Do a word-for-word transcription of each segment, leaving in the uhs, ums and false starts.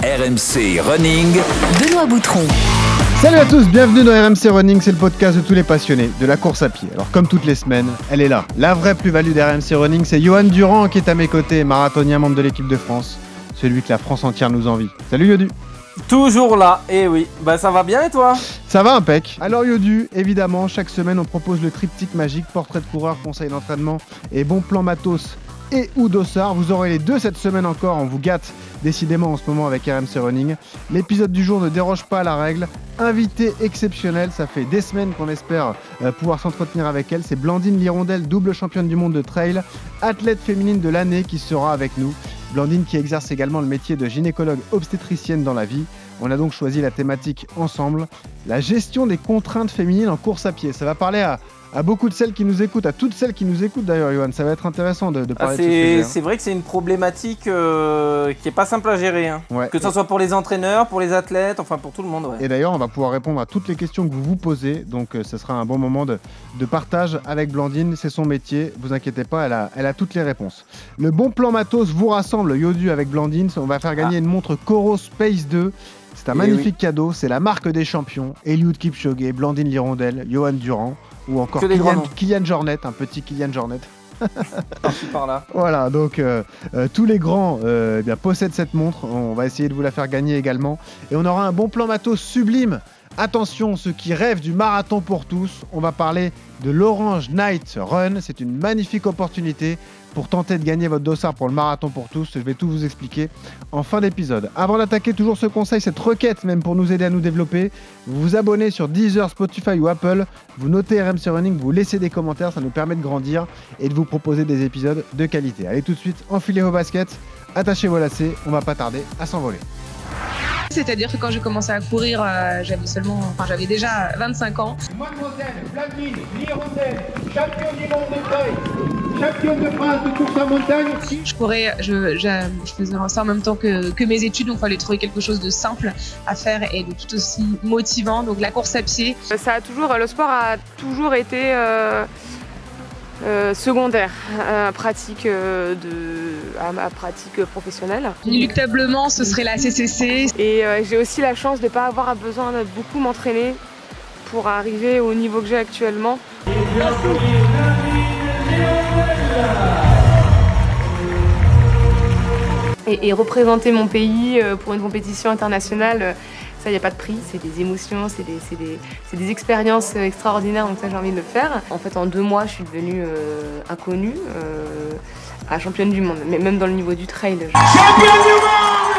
R M C Running, Benoît Boutron. Salut à tous, bienvenue dans R M C Running, c'est le podcast de tous les passionnés de la course à pied. Alors comme toutes les semaines, elle est là. La vraie plus-value d'R M C Running, c'est Johan Durand qui est à mes côtés, marathonien, membre de l'équipe de France, celui que la France entière nous envie. Salut Yodu. Toujours là, et eh oui, bah ça va bien et toi? Ça va impec. Alors Yodu, évidemment, chaque semaine on propose le triptyque magique, portrait de coureur, conseil d'entraînement et bon plan matos et ou dossard. Vous aurez les deux cette semaine encore, on vous gâte décidément en ce moment avec R M C Running. L'épisode du jour ne déroge pas à la règle. Invité exceptionnel, ça fait des semaines qu'on espère euh, pouvoir s'entretenir avec elle. C'est Blandine Lirondelle, double championne du monde de trail, athlète féminine de l'année qui sera avec nous. Blandine qui exerce également le métier de gynécologue obstétricienne dans la vie. On a donc choisi la thématique ensemble, la gestion des contraintes féminines en course à pied. Ça va parler à, à beaucoup de celles qui nous écoutent, à toutes celles qui nous écoutent d'ailleurs, Johan. Ça va être intéressant de, de parler ah, de ce sujet. Hein. C'est vrai que c'est une problématique euh, qui n'est pas simple à gérer. Hein. Ouais. Que ce soit pour les entraîneurs, pour les athlètes, enfin pour tout le monde. Ouais. Et d'ailleurs, on va pouvoir répondre à toutes les questions que vous vous posez. Donc euh, ce sera un bon moment de, de partage avec Blandine. C'est son métier, vous inquiétez pas, elle a, elle a toutes les réponses. Le bon plan matos vous rassemble, Yodu avec Blandine. On va faire gagner ah. une montre Coro Space deux. C'est un Et magnifique oui. cadeau, c'est la marque des champions, Eliud Kipchoge, Blandine Lirondelle, Johan Durand ou encore Kylian, Kylian Jornet, un petit Kylian Jornet. Je suis par là. Voilà, donc euh, euh, tous les grands euh, eh bien, possèdent cette montre, on va essayer de vous la faire gagner également. Et on aura un bon plan matos sublime. Attention, ceux qui rêvent du marathon pour tous, on va parler de l'Orange Night Run. C'est une magnifique opportunité pour tenter de gagner votre dossard pour le marathon pour tous. Je vais tout vous expliquer en fin d'épisode. Avant d'attaquer, toujours ce conseil, cette requête même pour nous aider à nous développer. Vous vous abonnez sur Deezer, Spotify ou Apple. Vous notez R M C Running, vous laissez des commentaires, ça nous permet de grandir et de vous proposer des épisodes de qualité. Allez tout de suite, enfilez vos baskets, attachez vos lacets, on va pas tarder à s'envoler. C'est-à-dire que quand j'ai commencé à courir, euh, j'avais seulement, enfin j'avais déjà vingt-cinq ans. Mademoiselle Blandine Lirondelle, championne du monde de trail, championne de France de course en montagne. Je courais, je, je, je faisais ça en même temps que, que mes études, donc il fallait trouver quelque chose de simple à faire et de tout aussi motivant. Donc la course à pied. Ça a toujours, le sport a toujours été euh, euh, secondaire à pratique euh, de. à ma pratique professionnelle. Inéluctablement, ce serait la C C C. Et euh, j'ai aussi la chance de ne pas avoir besoin de beaucoup m'entraîner pour arriver au niveau que j'ai actuellement. Et, et représenter mon pays pour une compétition internationale, ça, il n'y a pas de prix, c'est des émotions, c'est des, c'est des, c'est des expériences extraordinaires, donc ça, j'ai envie de le faire. En fait, en deux mois, je suis devenue euh, inconnue. Euh, à championne du monde, mais même dans le niveau du trail. Je... Championne du monde,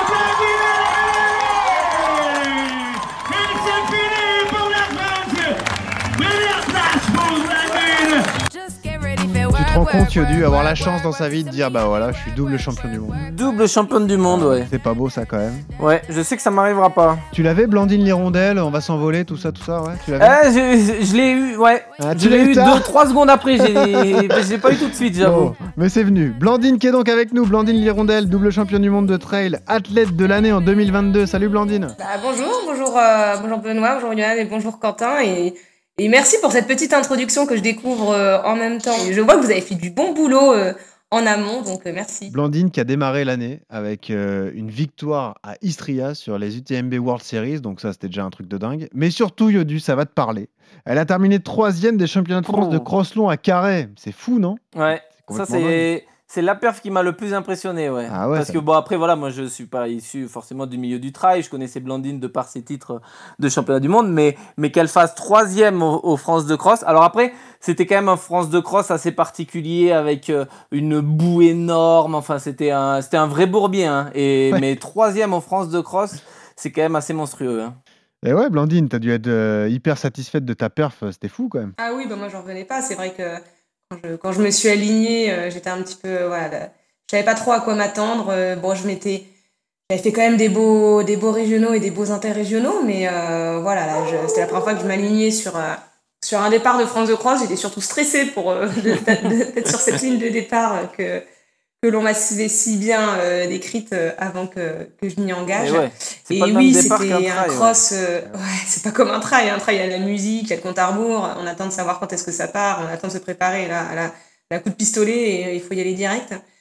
c'est fini pour la France. Première place pour Blandine. Tu te rends compte, Yodu, avoir la chance dans sa vie de dire bah voilà, je suis double champion du monde. Double championne du monde, ouais. C'est pas beau ça quand même. Ouais, je sais que ça m'arrivera pas. Tu l'avais, Blandine Lirondelle, on va s'envoler, tout ça, tout ça, ouais. Tu l'avais euh, je, je l'ai eu, ouais. Ah, je l'ai eu deux, trois secondes après. J'ai, je l'ai pas eu tout de suite, j'avoue. Oh, mais c'est venu. Blandine qui est donc avec nous, Blandine Lirondelle, double championne du monde de trail, athlète de l'année en deux mille vingt-deux. Salut Blandine. Bah, bonjour, bonjour, euh, bonjour Benoît, bonjour Yohan et bonjour Quentin et. Et merci pour cette petite introduction que je découvre euh, en même temps. Je vois que vous avez fait du bon boulot euh, en amont, donc euh, merci. Blandine qui a démarré l'année avec euh, une victoire à Istria sur les U T M B World Series, donc ça c'était déjà un truc de dingue. Mais surtout Yodu, ça va te parler. Elle a terminé troisième des championnats de France oh. de cross-long à Carhaix. C'est fou, non? Ouais, c'est ça c'est... Dingue. C'est la perf qui m'a le plus impressionné, ouais. Ah ouais Parce ça... que bon, après, voilà, moi je suis pas issu forcément du milieu du trail. Je connaissais Blandine de par ses titres de championnat du monde, mais, mais qu'elle fasse troisième au, au France de cross. Alors après, c'était quand même un France de cross assez particulier avec euh, une boue énorme. Enfin, c'était un, c'était un vrai bourbier. Hein. Et, ouais. Mais troisième au France de cross, c'est quand même assez monstrueux. Hein. Et ouais, Blandine, t'as dû être euh, hyper satisfaite de ta perf. C'était fou quand même. Ah oui, bah moi j'en revenais pas. C'est vrai que. Quand je, quand je me suis alignée, euh, j'étais un petit peu, voilà, là, je savais pas trop à quoi m'attendre. Euh, bon, je m'étais, j'avais fait quand même des beaux, des beaux régionaux et des beaux interrégionaux, mais euh, voilà, là, je, c'était la première fois que je m'alignais sur, euh, sur un départ de France de Cross. J'étais surtout stressée pour euh, de, de, d'être sur cette ligne de départ euh, que que l'on m'avait si bien euh, décrite euh, avant que, que je m'y engage. Et, ouais, et oui, c'était un, un cross. Ouais. Euh, ouais, c'est pas comme un trail. Un trail, il y a la musique, il y a le compte à rebours. On attend de savoir quand est-ce que ça part. On attend de se préparer là, à la, la coup de pistolet et il faut y aller direct.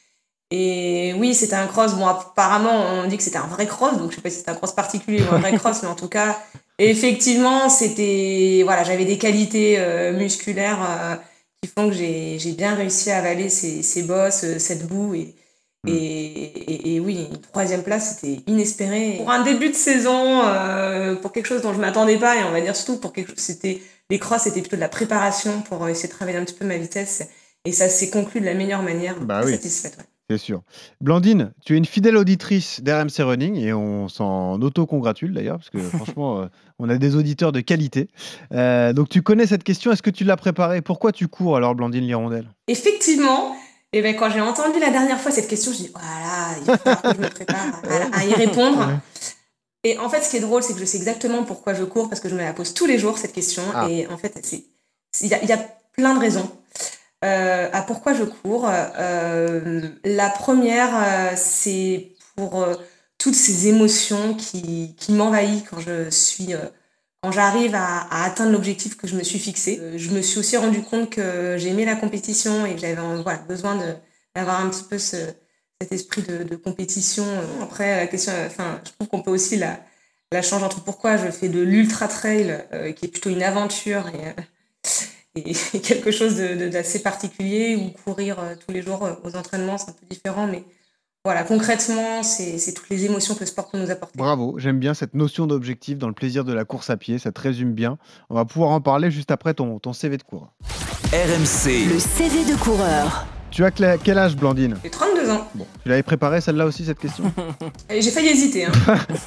Et oui, c'était un cross. Bon, apparemment, on dit que c'était un vrai cross, donc je sais pas si c'était un cross particulier ou un vrai cross, mais en tout cas, effectivement, c'était, voilà, j'avais des qualités euh, musculaires euh, qui font que j'ai, j'ai bien réussi à avaler ces, ces bosses, euh, cette boue et, Mm. et, et, et oui, une troisième place, c'était inespéré. Pour un début de saison, euh, pour quelque chose dont je m'attendais pas, et on va dire surtout pour quelque chose, c'était, les crosses, c'était plutôt de la préparation pour essayer de travailler un petit peu ma vitesse, et ça s'est conclu de la meilleure manière. Bah Très oui. satisfaite, ouais. C'est sûr. Blandine, tu es une fidèle auditrice d'R M C Running et on s'en auto-congratule d'ailleurs parce que franchement, euh, on a des auditeurs de qualité. Euh, donc tu connais cette question, est-ce que tu l'as préparée? Pourquoi tu cours alors, Blandine Lirondelle? Effectivement, et ben quand j'ai entendu la dernière fois cette question, je dis voilà, il va falloir que je me prépare à, à y répondre. Ouais. Et en fait, ce qui est drôle, c'est que je sais exactement pourquoi je cours parce que je me la pose tous les jours cette question. Ah. Et en fait, c'est il y, a- il y a plein de raisons euh, à pourquoi je cours. Euh, la première, euh, c'est pour euh, toutes ces émotions qui, qui m'envahissent quand je suis euh, quand j'arrive à, à atteindre l'objectif que je me suis fixé. Euh, je me suis aussi rendu compte que j'aimais la compétition et que j'avais euh, voilà, besoin de, d'avoir un petit peu ce, cet esprit de, de compétition. Après, la question, enfin, je trouve qu'on peut aussi la, la changer entre pourquoi je fais de l'ultra trail, euh, qui est plutôt une aventure et, euh, et, et quelque chose de, de, d'assez particulier, ou courir euh, tous les jours euh, aux entraînements, c'est un peu différent, mais voilà, concrètement, c'est, c'est toutes les émotions que le sport peut nous apporter. Bravo, j'aime bien cette notion d'objectif dans le plaisir de la course à pied, ça te résume bien. On va pouvoir en parler juste après ton, ton C V de coureur. R M C. Le C V de coureur. Tu as cla- quel âge, Blandine? J'ai trente-deux ans. Bon, tu l'avais préparée celle-là aussi, cette question? Et j'ai failli hésiter, hein,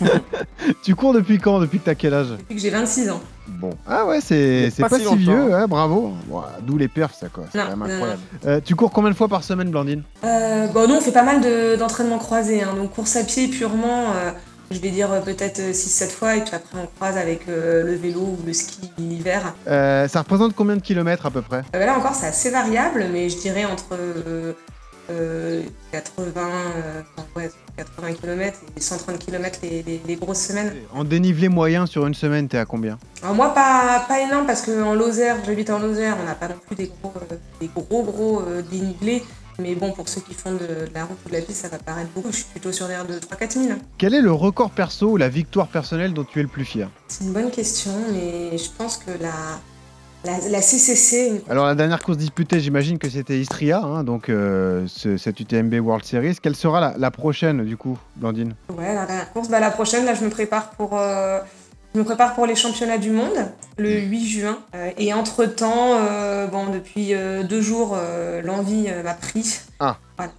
Tu cours depuis quand? Depuis que tu as quel âge? depuis que j'ai vingt-six ans. Bon. Ah ouais, c'est c'est Pas pas, si si longtemps, vieux, hein. hein, bravo. Bon, d'où les perfs, ça quoi, c'est Non, quand même non, incroyable. Euh, tu cours combien de fois par semaine, Blandine? Euh, bon, nous, on fait pas mal de, d'entraînements croisés, hein, donc course à pied purement, euh, je vais dire euh, peut-être six sept fois, et puis après on croise avec euh, le vélo ou le ski l'hiver. Euh, ça représente combien de kilomètres à peu près? Euh, là encore, c'est assez variable, mais je dirais entre euh, euh, quatre-vingts, euh, enfin, ouais, quatre-vingts kilomètres et cent trente kilomètres les, les, les grosses semaines. En dénivelé moyen sur une semaine, t'es à combien? Alors moi, pas, pas énorme, parce qu'en Lozère, j'habite en Lozère, on n'a pas non plus des gros, euh, des gros, gros euh, dénivelés. Mais bon, pour ceux qui font de, de la route ou de la piste, ça va paraître beaucoup. Je suis plutôt sur l'air de trois quatre mille. Quel est le record perso ou la victoire personnelle dont tu es le plus fier? C'est une bonne question, mais je pense que la, la, la C C C... Alors la dernière course disputée, j'imagine que c'était Istria, hein, donc euh, ce- cette U T M B World Series. Quelle sera la, la prochaine du coup, Blandine? Ouais, la dernière course, bah, la prochaine, là, je me prépare pour... euh, Je me prépare pour les championnats du monde le huit juin. Euh, et entre-temps, euh, bon, depuis euh, deux jours, euh, l'envie euh, m'a pris. Ah. Voilà.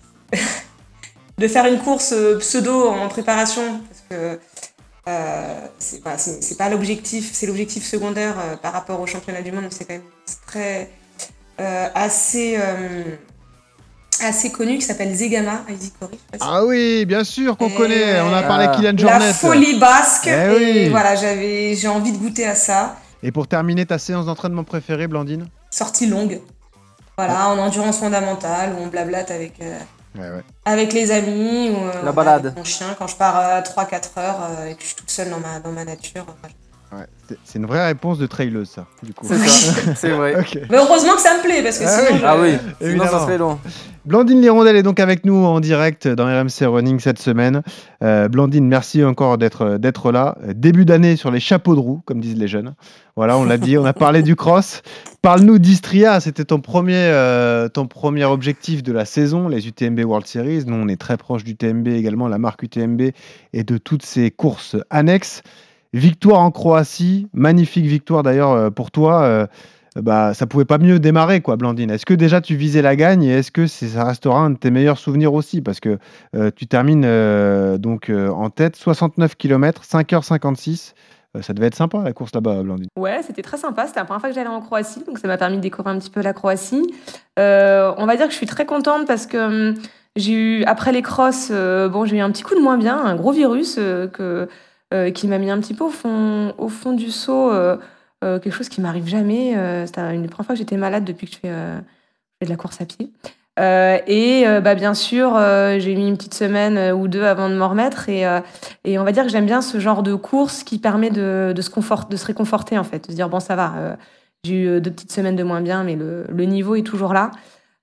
De faire une course euh, pseudo en préparation, parce que euh, c'est, voilà, c'est, c'est pas l'objectif, c'est l'objectif secondaire euh, par rapport aux championnats du monde. C'est quand même très euh, assez euh, assez connu, qui s'appelle Zegama. Heidi Corrie, je sais pas si- Ah oui, bien sûr qu'on Et connaît, on a parlé Ah. Kylian La Jornet. folie basque. Eh et oui. voilà, j'avais, j'ai envie de goûter à ça. Et pour terminer ta séance d'entraînement préférée, Blandine? Sortie longue. Voilà, en endurance fondamentale, où on blablate avec, euh, Ouais, ouais. avec les amis, ou euh, La voilà, balade. avec mon chien, quand je pars à trois quatre heures euh, et que je suis toute seule dans ma, dans ma nature. voilà. Ouais, c'est- c'est une vraie réponse de traileuse, ça, du coup. C'est ça, c'est vrai. Ok. Mais heureusement que ça me plaît, parce que Ah sinon... oui. je- Ah oui, sinon Évidemment. ça serait long. Blandine Lirondelle est donc avec nous en direct dans R M C Running cette semaine. Euh, Blandine, merci encore d'être d'être là. Euh, Début d'année sur les chapeaux de roue, comme disent les jeunes. Voilà, on l'a dit, on a parlé du cross. Parle-nous d'Istria, c'était ton premier, euh, ton premier objectif de la saison, les U T M B World Series. Nous, on est très proche du T M B également, la marque U T M B et de toutes ces courses annexes. Victoire en Croatie, magnifique victoire d'ailleurs euh, pour toi. Euh, bah, ça pouvait pas mieux démarrer, quoi, Blandine. Est-ce que déjà tu visais la gagne et est-ce que c'est- ça restera un de tes meilleurs souvenirs aussi? Parce que euh, tu termines euh, donc euh, en tête, soixante-neuf kilomètres, cinq heures cinquante-six. Euh, ça devait être sympa la course là-bas, Blandine. Ouais, c'était très sympa. C'était la première fois que j'allais en Croatie, donc ça m'a permis de découvrir un petit peu la Croatie. Euh, on va dire que je suis très contente parce que hum, j'ai eu, après les crosses, euh, bon, j'ai eu un petit coup de moins bien, un gros virus euh, que, euh, qui m'a mis un petit peu au fond, au fond du seau, euh, euh, quelque chose qui m'arrive jamais. Euh, c'était une des premières fois que j'étais malade depuis que je fais, euh, je fais de la course à pied. Euh, et euh, bah, bien sûr, euh, j'ai mis une petite semaine euh, ou deux avant de m'en remettre. Et, euh, et on va dire que j'aime bien ce genre de course qui permet de, de, se, confort, de se réconforter, en fait. De se dire, bon, ça va, euh, j'ai eu deux petites semaines de moins bien, mais le, le niveau est toujours là.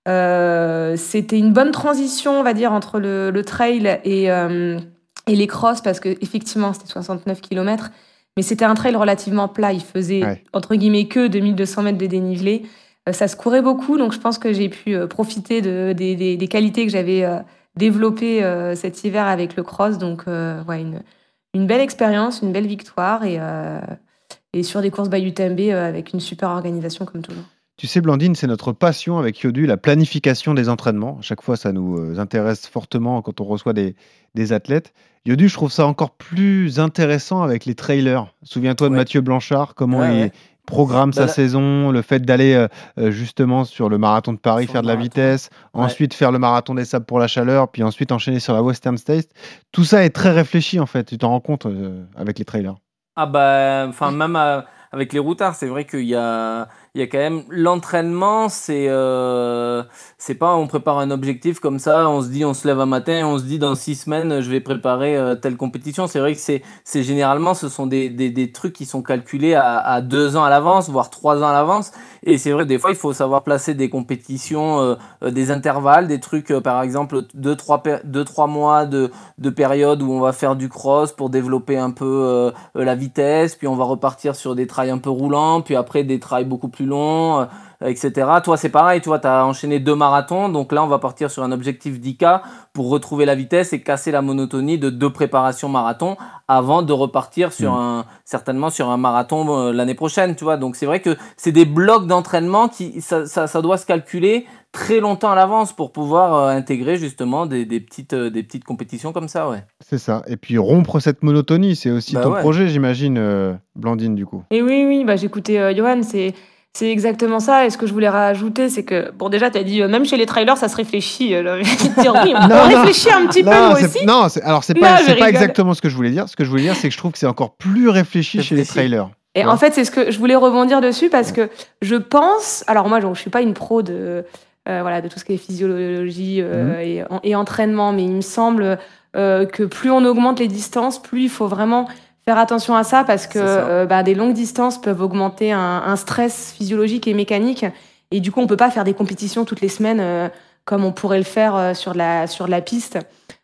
Euh, c'était une bonne transition, on va dire, entre le, le trail et, euh, et les crosses, parce qu'effectivement, c'était soixante-neuf kilomètres, mais c'était un trail relativement plat. Il faisait, Ouais. entre guillemets, que deux mille deux cents mètres de dénivelé. Euh, ça se courait beaucoup, donc je pense que j'ai pu euh, profiter de, des, des, des qualités que j'avais euh, développées euh, cet hiver avec le cross. Donc, euh, ouais, une, une belle expérience, une belle victoire, et, euh, et sur des courses by U T M B euh, avec une super organisation, comme toujours. Tu sais, Blandine, c'est notre passion avec Yodu, la planification des entraînements. À chaque fois, ça nous euh, intéresse fortement quand on reçoit des, des athlètes. Yodu, je trouve ça encore plus intéressant avec les trailers. Souviens-toi de Ouais. Mathieu Blanchard, comment Ouais, il ouais. programme Bah sa là- saison, le fait d'aller euh, euh, justement sur le marathon de Paris Sur faire le de la marathon. vitesse, Ouais. ensuite faire le marathon des sables pour la chaleur, puis ensuite enchaîner sur la Western States. Tout ça est très réfléchi en fait, tu t'en rends compte euh, avec les trailers. Ah bah, enfin même euh, avec les routards, c'est vrai qu'il y a, il y a quand même l'entraînement, c'est euh, c'est pas on prépare un objectif comme ça, on se dit on se lève un matin, on se dit dans six semaines je vais préparer euh, telle compétition. C'est vrai que c'est c'est généralement ce sont des, des, des trucs qui sont calculés à, à deux ans à l'avance, voire trois ans à l'avance. Et c'est vrai des fois il faut savoir placer des compétitions, euh, euh, des intervalles, des trucs euh, par exemple deux trois per- deux trois mois de de période où on va faire du cross pour développer un peu euh, euh, la vitesse, puis on va repartir sur des trails un peu roulants, puis après des trails beaucoup plus longs, euh, et cetera. Toi, c'est pareil, tu vois, tu as enchaîné deux marathons, donc là, on va partir sur un objectif dix K pour retrouver la vitesse et casser la monotonie de deux préparations marathon avant de repartir sur Mm. un, certainement sur un marathon euh, l'année prochaine, tu vois. Donc, c'est vrai que c'est des blocs d'entraînement qui, ça, ça, ça doit se calculer très longtemps à l'avance pour pouvoir euh, intégrer justement des, des, petites, euh, des petites compétitions comme ça, ouais. C'est ça. Et puis rompre cette monotonie, c'est aussi Bah ton ouais. projet, j'imagine, euh, Blandine, du coup. Et oui, oui, bah, j'écoutais euh, Johan, c'est, c'est exactement ça. Et ce que je voulais rajouter, c'est que, bon, déjà, tu as dit, euh, même chez les trailers, ça se réfléchit. Euh, J'ai envie de dire, oui, on Non, peut non. réfléchir un petit peu, Non, moi c'est- aussi. non, c'est- alors c'est Non, pas, je c'est pas rigole. exactement ce que je voulais dire. Ce que je voulais dire, c'est que je trouve que c'est encore plus réfléchi chez les Réfléchi. trailers. Et Tu en vois fait, c'est ce que je voulais rebondir dessus parce que je pense. Alors, moi, je ne suis pas une pro de, euh, voilà, de tout ce qui est physiologie euh, et, en- et entraînement, mais il me semble euh, que plus on augmente les distances, plus il faut vraiment faire attention à ça parce que C'est ça. euh, bah, des longues distances peuvent augmenter un, un stress physiologique et mécanique. Et du coup, on ne peut pas faire des compétitions toutes les semaines euh, comme on pourrait le faire euh, sur, de la, sur de la piste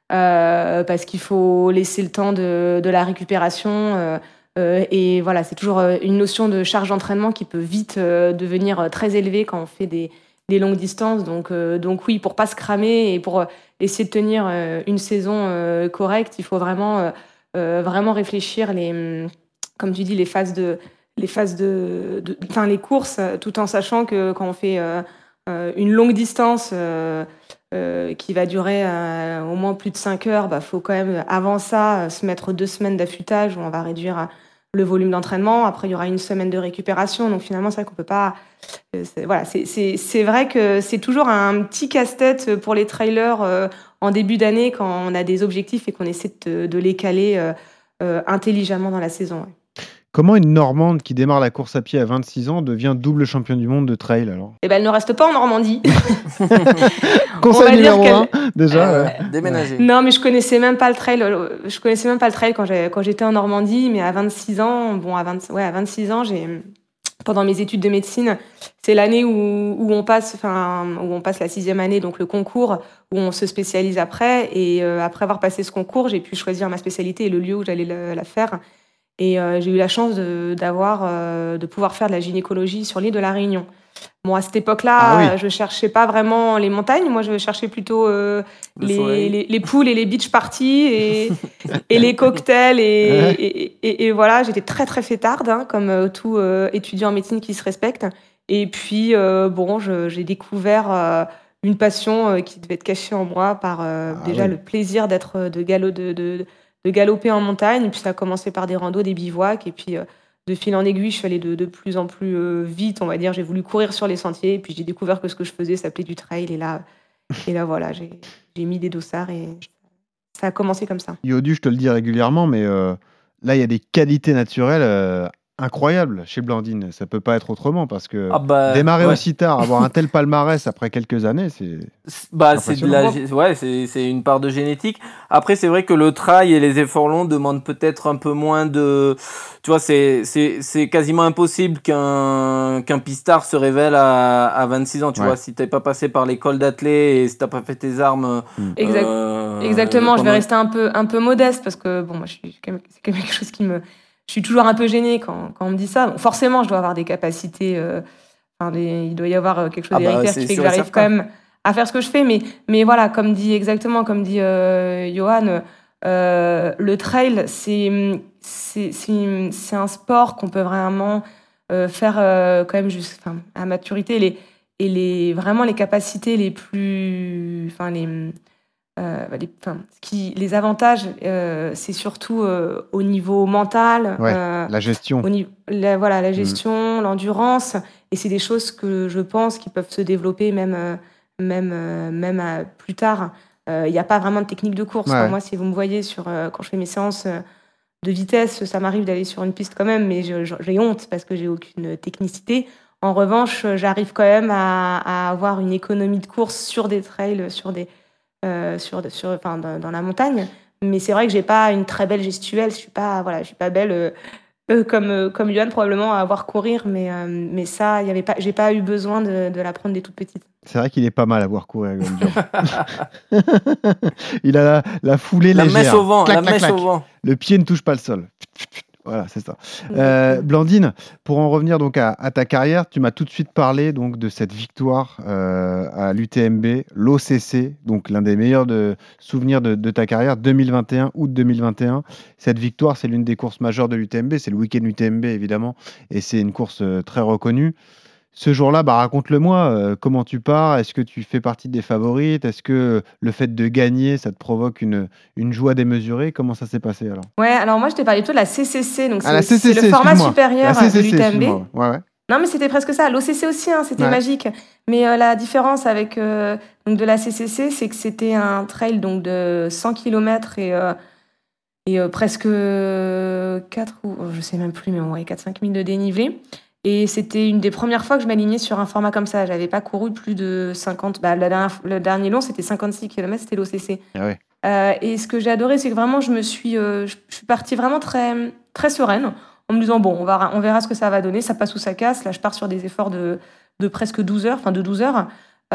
euh, parce qu'il faut laisser le temps de, de la récupération. euh, euh, et voilà, c'est toujours euh, une notion de charge d'entraînement qui peut vite euh, devenir euh, très élevée quand on fait des, des longues distances. Donc, euh, donc oui, pour pas se cramer et pour euh, essayer de tenir euh, une saison euh, correcte, il faut vraiment, euh, euh, vraiment réfléchir les, hum, comme tu dis, les phases de, les phases de, de- enfin les courses, euh, tout en sachant que quand on fait euh, euh, une longue distance euh, euh, qui va durer euh, au moins plus de cinq heures, bah faut quand même avant ça euh, se mettre deux semaines d'affûtage où on va réduire euh, le volume d'entraînement. Après, il y aura une semaine de récupération. Donc finalement, c'est vrai qu'on peut pas. euh, c'est- voilà, c'est, c'est, c'est vrai que c'est toujours un petit casse-tête pour les trailers euh, en début d'année quand on a des objectifs et qu'on essaie de, de les caler euh, euh, intelligemment dans la saison. Ouais. Comment une Normande qui démarre la course à pied à vingt-six ans devient double championne du monde de trail alors Et ben, elle ne reste pas en Normandie. Conseil va dire numéro un, qu'elle- déjà. Euh, ouais. Déménager. Non, mais je connaissais même pas le trail. euh, Je connaissais même pas le trail quand, j'ai, quand j'étais en Normandie, mais à vingt-six ans, bon, à, vingt, ouais, à vingt-six ans, j'ai, pendant mes études de médecine, c'est l'année où, où on passe, enfin, où on passe la sixième année, donc le concours, où on se spécialise après. Et euh, après avoir passé ce concours, j'ai pu choisir ma spécialité et le lieu où j'allais le- la faire. Et euh, j'ai eu la chance de, d'avoir, euh, de pouvoir faire de la gynécologie sur l'île de la Réunion. Bon, à cette époque-là, Ah oui. euh, je cherchais pas vraiment les montagnes. Moi, je cherchais plutôt euh, Le les, soleil. les, les poules et les beach parties et, et les cocktails. Et, Ouais. et, et, et voilà, j'étais très, très fêtarde, hein, comme euh, tout euh, étudiant en médecine qui se respecte. Et puis, euh, bon, je- j'ai découvert euh, une passion euh, qui devait être cachée en moi par euh, Ah déjà oui. le plaisir d'être euh, de, galop, de, de, de galoper en montagne. Et puis, ça a commencé par des randos, des bivouacs. Et puis, euh, de fil en aiguille, je suis allée de, de plus en plus euh, vite, on va dire. J'ai voulu courir sur les sentiers. Et puis, j'ai découvert que ce que je faisais s'appelait du trail. Et là, et là voilà, j'ai, j'ai mis des dossards et ça a commencé comme ça. Yodu, je te le dis régulièrement, mais euh, là, il y a des qualités naturelles euh, incroyable chez Blandine. Ça peut pas être autrement parce que Ah bah, démarrer ouais. aussi tard, avoir un tel palmarès après quelques années, c'est C'est- Bah, c'est de la, impressionnant. gé- ouais, c'est, c'est une part de génétique. Après, c'est vrai que le trail et les efforts longs demandent peut-être un peu moins de, tu vois, c'est, c'est, c'est quasiment impossible qu'un, qu'un pistard se révèle à, à vingt-six ans, tu Ouais. vois, si t'es pas passé par l'école d'athlète et si t'as pas fait tes armes, Mm. Exact- euh, Exactement, je vais pendant- rester un peu, un peu modeste parce que bon, moi, je suis quand même, c'est quand même quelque chose qui me. Je suis toujours un peu gênée quand, quand on me dit ça. Bon, forcément, je dois avoir des capacités. euh, enfin, des- il doit y avoir euh, quelque chose Ah bah, d'héritaire c'est qui fait que sûr et j'arrive certain. quand même à faire ce que je fais. Mais, mais voilà, comme dit exactement, comme dit euh, Johan, euh, le trail, c'est, c'est, c'est, c'est un sport qu'on peut vraiment euh, faire euh, quand même juste, enfin, à maturité. Les, et les, vraiment les capacités les plus. Enfin, les. Euh, bah, les, enfin, ce qui, les avantages, euh, c'est surtout euh, au niveau mental, Ouais, euh, la gestion. au niveau, la, voilà, la Mm. gestion, l'endurance, et c'est des choses que je pense qui peuvent se développer même, euh, même, euh, même à- plus tard. Il n'y a pas vraiment de technique de course. Ouais, Enfin, ouais. moi, si vous me voyez sur, euh, quand je fais mes séances euh, de vitesse, ça m'arrive d'aller sur une piste quand même, mais je- je- j'ai honte parce que j'ai aucune technicité. En revanche, j'arrive quand même à, à avoir une économie de course sur des trails, sur des, euh, sur, sur, enfin, dans, dans la montagne. Mais c'est vrai que j'ai pas une très belle gestuelle. Je suis pas, voilà, je suis pas belle euh, euh, comme euh, comme Yohan probablement à voir courir. Mais euh, mais ça, il y avait pas, j'ai pas eu besoin de, de l'apprendre dès toute petite. C'est vrai qu'il est pas mal à voir courir, Yoann Durand. Il a la, la foulée La légère. mèche au vent, Clac, la clac, mèche clac. au vent. Le pied ne touche pas le sol. Voilà, c'est ça. Euh, Blandine, pour en revenir donc à, à ta carrière, tu m'as tout de suite parlé donc de cette victoire euh, à l'U T M B, l'O C C, donc l'un des meilleurs de, souvenirs de, de ta carrière, deux mille vingt et un, août deux mille vingt et un. Cette victoire, c'est l'une des courses majeures de l'U T M B, c'est le week-end U T M B évidemment, et c'est une course euh, très reconnue. Ce jour-là, bah, raconte-le-moi, euh, comment tu pars? Est-ce que tu fais partie des favorites? Est-ce que le fait de gagner, ça te provoque une, une joie démesurée? Comment ça s'est passé alors? Ouais, alors moi je t'ai parlé plutôt de la C C C, donc Ah, la c'est, C C C, c'est le format excuse-moi. supérieur La C C de C, l'U T M B. excuse-moi. Ouais, ouais. Non, mais c'était presque ça. L'O C C aussi, hein, c'était Ouais. magique. Mais euh, la différence avec euh, donc de la C C C, c'est que c'était un trail donc de cent kilomètres et, euh, et euh, presque quatre ou je sais même plus, mais ouais, quatre à cinq mille de dénivelé. Et c'était une des premières fois que je m'alignais sur un format comme ça. J'avais pas couru plus de cinquante. Bah, la dernière- le dernier long, c'était cinquante-six kilomètres, c'était l'O C C. Ah ouais. Euh, et ce que j'ai adoré, c'est que vraiment, je me suis, euh, je, je suis partie vraiment très, très sereine, en me disant, bon, on, va, on verra ce que ça va donner, ça passe ou ça casse. Là, je pars sur des efforts de, de presque douze heures, enfin de douze heures,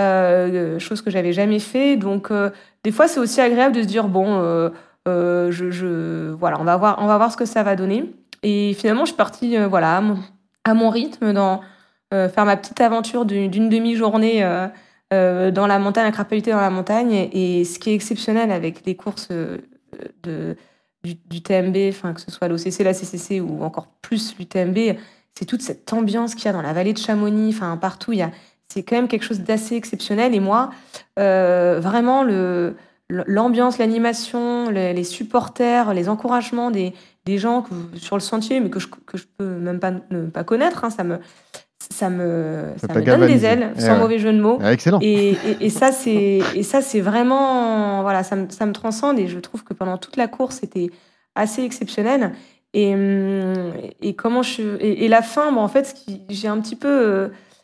euh, chose que j'avais jamais fait. Donc, euh, des fois, c'est aussi agréable de se dire, bon, euh, euh, je, je, voilà, on va, voir, on va voir ce que ça va donner. Et finalement, je suis partie euh, voilà, à, mon, à mon rythme, dans, euh, faire ma petite aventure d'une, d'une demi-journée. Euh, Euh, dans la montagne, à crapahuter dans la montagne. Et, et ce qui est exceptionnel avec les courses euh, de, du, du T M B, enfin, que ce soit l'O C C, la C C C ou encore plus l'U T M B, c'est toute cette ambiance qu'il y a dans la vallée de Chamonix, enfin, partout. Il y a, c'est quand même quelque chose d'assez exceptionnel. Et moi, euh, vraiment, le, l'ambiance, l'animation, les, les supporters, les encouragements des, des gens que, sur le sentier, mais que je, que je peux même pas, ne pas connaître, hein, ça me... ça me, Ça ça t'a me donne des galvanisé. ailes, Eh sans ouais. mauvais jeu de mots. Ah, excellent. Et, et, et ça, c'est, et ça, c'est vraiment, voilà, ça me, ça me transcende. Et je trouve que pendant toute la course, c'était assez exceptionnel. Et, hum, et comment je, et, et la fin, bon, en fait, ce qui, j'ai un petit peu, euh,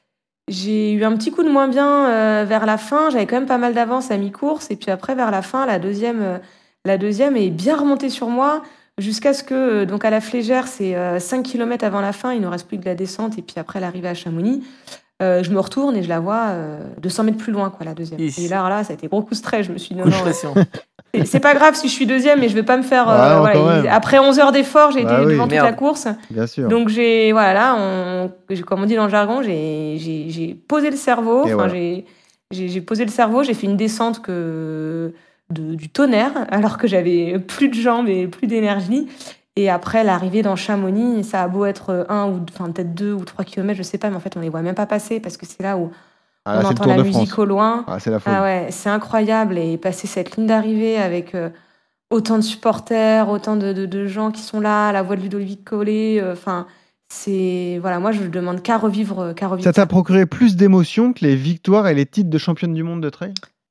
j'ai eu un petit coup de moins bien euh, vers la fin. J'avais quand même pas mal d'avance à mi-course. Et puis après, vers la fin, la deuxième, euh, la deuxième est bien remontée sur moi. Jusqu'à ce que, donc à la Flégère, c'est euh, cinq kilomètres avant la fin, il ne reste plus que la descente, et puis après l'arrivée à Chamonix, euh, je me retourne et je la vois euh, deux cents mètres plus loin, quoi, la deuxième. Ish. Et là, là, ça a été gros coup de stress. Je me suis dit, non, Coup de non, pression. c'est, c'est pas grave si je suis deuxième, mais je vais pas me faire. euh, Ah non, voilà, quand il- même. après onze heures d'effort, j'ai Bah été oui. devant toute Merde. la course. Bien sûr. Donc, j'ai, voilà, là, on, j'ai- comme on dit dans le jargon, j'ai, j'ai, j'ai posé le cerveau. Et Enfin, voilà. j'ai, j'ai, j'ai posé le cerveau, j'ai fait une descente que, de, du tonnerre, alors que j'avais plus de jambes et plus d'énergie. Et après, l'arrivée dans Chamonix, ça a beau être un ou enfin, peut-être deux ou trois kilomètres, je sais pas, mais en fait, on les voit même pas passer parce que c'est là où Ah, on là, c'est le entend Tour la de musique France. au loin. Ah, c'est la folie. Ah ouais, c'est incroyable. Et passer cette ligne d'arrivée avec euh, autant de supporters, autant de, de, de gens qui sont là, la voix de Ludovic Collet, enfin, c'est. Voilà, moi, je ne demande qu'à revivre, qu'à revivre. Ça t'a procuré plus d'émotions que les victoires et les titres de championne du monde de trail?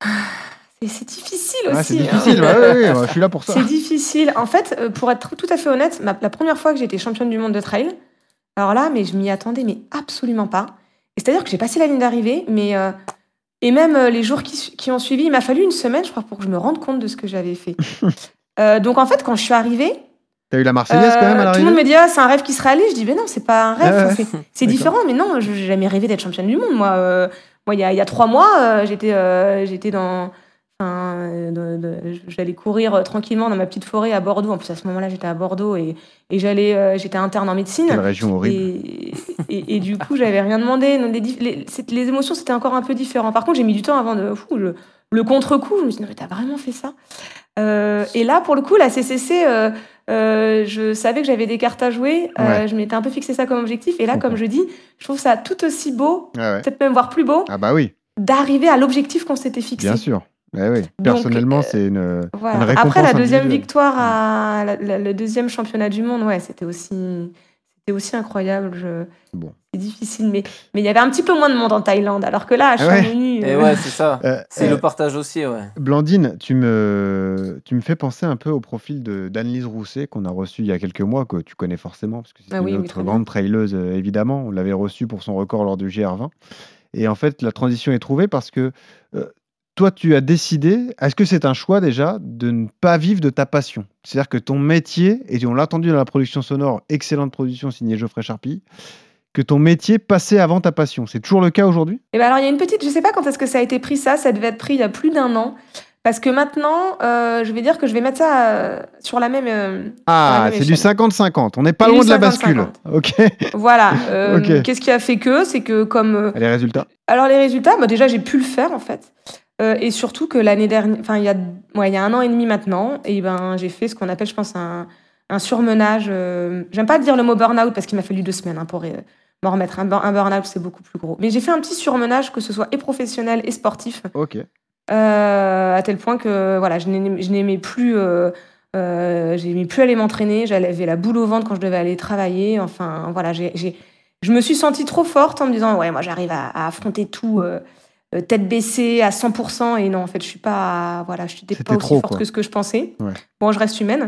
Et c'est difficile Ah, aussi. c'est hein. difficile, bah, oui, oui, moi, je suis là pour ça. C'est difficile. En fait, euh, pour être tout à fait honnête, ma- la première fois que j'ai été championne du monde de trail, Alors là, mais je m'y attendais, mais absolument pas. Et c'est-à-dire que j'ai passé la ligne d'arrivée, mais euh, et même euh, les jours qui, qui ont suivi, il m'a fallu une semaine, je crois, pour que je me rende compte de ce que j'avais fait. euh, donc en fait, quand je suis arrivée, T'as eu la Marseillaise euh, quand même à tout le monde l'arrivée? me dit ah, c'est un rêve qui sera allé. Je dis mais non, c'est pas un rêve, Ah ouais. c'est, c'est D'accord. différent. Mais non, je n'ai jamais rêvé d'être championne du monde. Moi, euh, moi, il y a, il y a trois mois, euh, j'étais, euh, j'étais dans, enfin, euh, de- de- j'allais courir euh, tranquillement dans ma petite forêt à Bordeaux. En plus à ce moment-là, j'étais à Bordeaux et, et j'allais, euh, j'étais interne en médecine. Quelle région horrible. Et, et, et du coup, j'avais rien demandé. Donc, les, dif- les, c'est- les émotions, c'était encore un peu différent. Par contre, j'ai mis du temps avant de. Fou, le, le contre-coup, je me suis dit, non, mais t'as vraiment fait ça? Euh, Et là, pour le coup, la C C C, euh, euh, je savais que j'avais des cartes à jouer. Euh, Ouais. Je m'étais un peu fixé ça comme objectif. Et là, Je comme comprends. je dis, je trouve ça tout aussi beau, Ouais, ouais. peut-être même voire plus beau, Ah bah oui, d'arriver à l'objectif qu'on s'était fixé. bien sûr. Ouais, oui. Donc, Personnellement, euh, c'est une, une Voilà. récompense Après, la deuxième individuelle. victoire, à, la- la- le deuxième championnat du monde, ouais, c'était aussi, c'était aussi incroyable. Je... Bon. C'est difficile, mais mais il y avait un petit peu moins de monde en Thaïlande, alors que là, à Ah ouais. Chamonix, Et euh, ouais, c'est ça. Euh, C'est euh, le partage aussi, ouais. Blandine, tu me, tu me fais penser un peu au profil de d'Annelise Rousset qu'on a reçu il y a quelques mois, que tu connais forcément, parce que c'est Ah oui, oui, notre très bien. grande traileuse, euh, évidemment. On l'avait reçue pour son record lors du G R vingt. Et en fait, la transition est trouvée parce que euh, toi, tu as décidé, est-ce que c'est un choix déjà, de ne pas vivre de ta passion? C'est-à-dire que ton métier, et on l'a entendu dans la production sonore, excellente production signée Geoffrey Charpie, que ton métier passait avant ta passion. C'est toujours le cas aujourd'hui? Et ben alors, il y a une petite, je sais pas quand est-ce que ça a été pris, ça, ça devait être pris il y a plus d'un an. Parce que maintenant, euh, je vais dire que je vais mettre ça euh, sur la même. euh, sur la Ah, même c'est du échelle. cinquante cinquante. On n'est pas C'est loin du de la cinquante bascule. cinquante. Ok. Voilà. euh, Ok. Qu'est-ce qui a fait que? C'est que comme. euh, Et les résultats? Alors, les résultats, bah, déjà, j'ai pu le faire, en fait. Euh, et surtout que l'année dernière, enfin, il y a, ouais, il y a un an et demi maintenant, et ben, j'ai fait ce qu'on appelle, je pense, un, un surmenage. euh, J'aime pas dire le mot burn-out parce qu'il m'a fallu deux semaines hein, pour euh, m'en remettre. Un, bur- un burn-out, c'est beaucoup plus gros. Mais j'ai fait un petit surmenage, que ce soit et professionnel et sportif, Ok. euh, à tel point que voilà, je n'aimais je n'aimais plus, euh, euh, j'aimais plus aller m'entraîner. J'avais la boule au ventre quand je devais aller travailler. Enfin, voilà, j'ai, j'ai, je me suis sentie trop forte en me disant ouais, moi j'arrive à, à affronter tout. euh, euh, tête baissée à cent pour cent et non en fait je suis pas voilà je suis pas C'était aussi trop, forte quoi. que ce que je pensais. Ouais. Bon, je reste humaine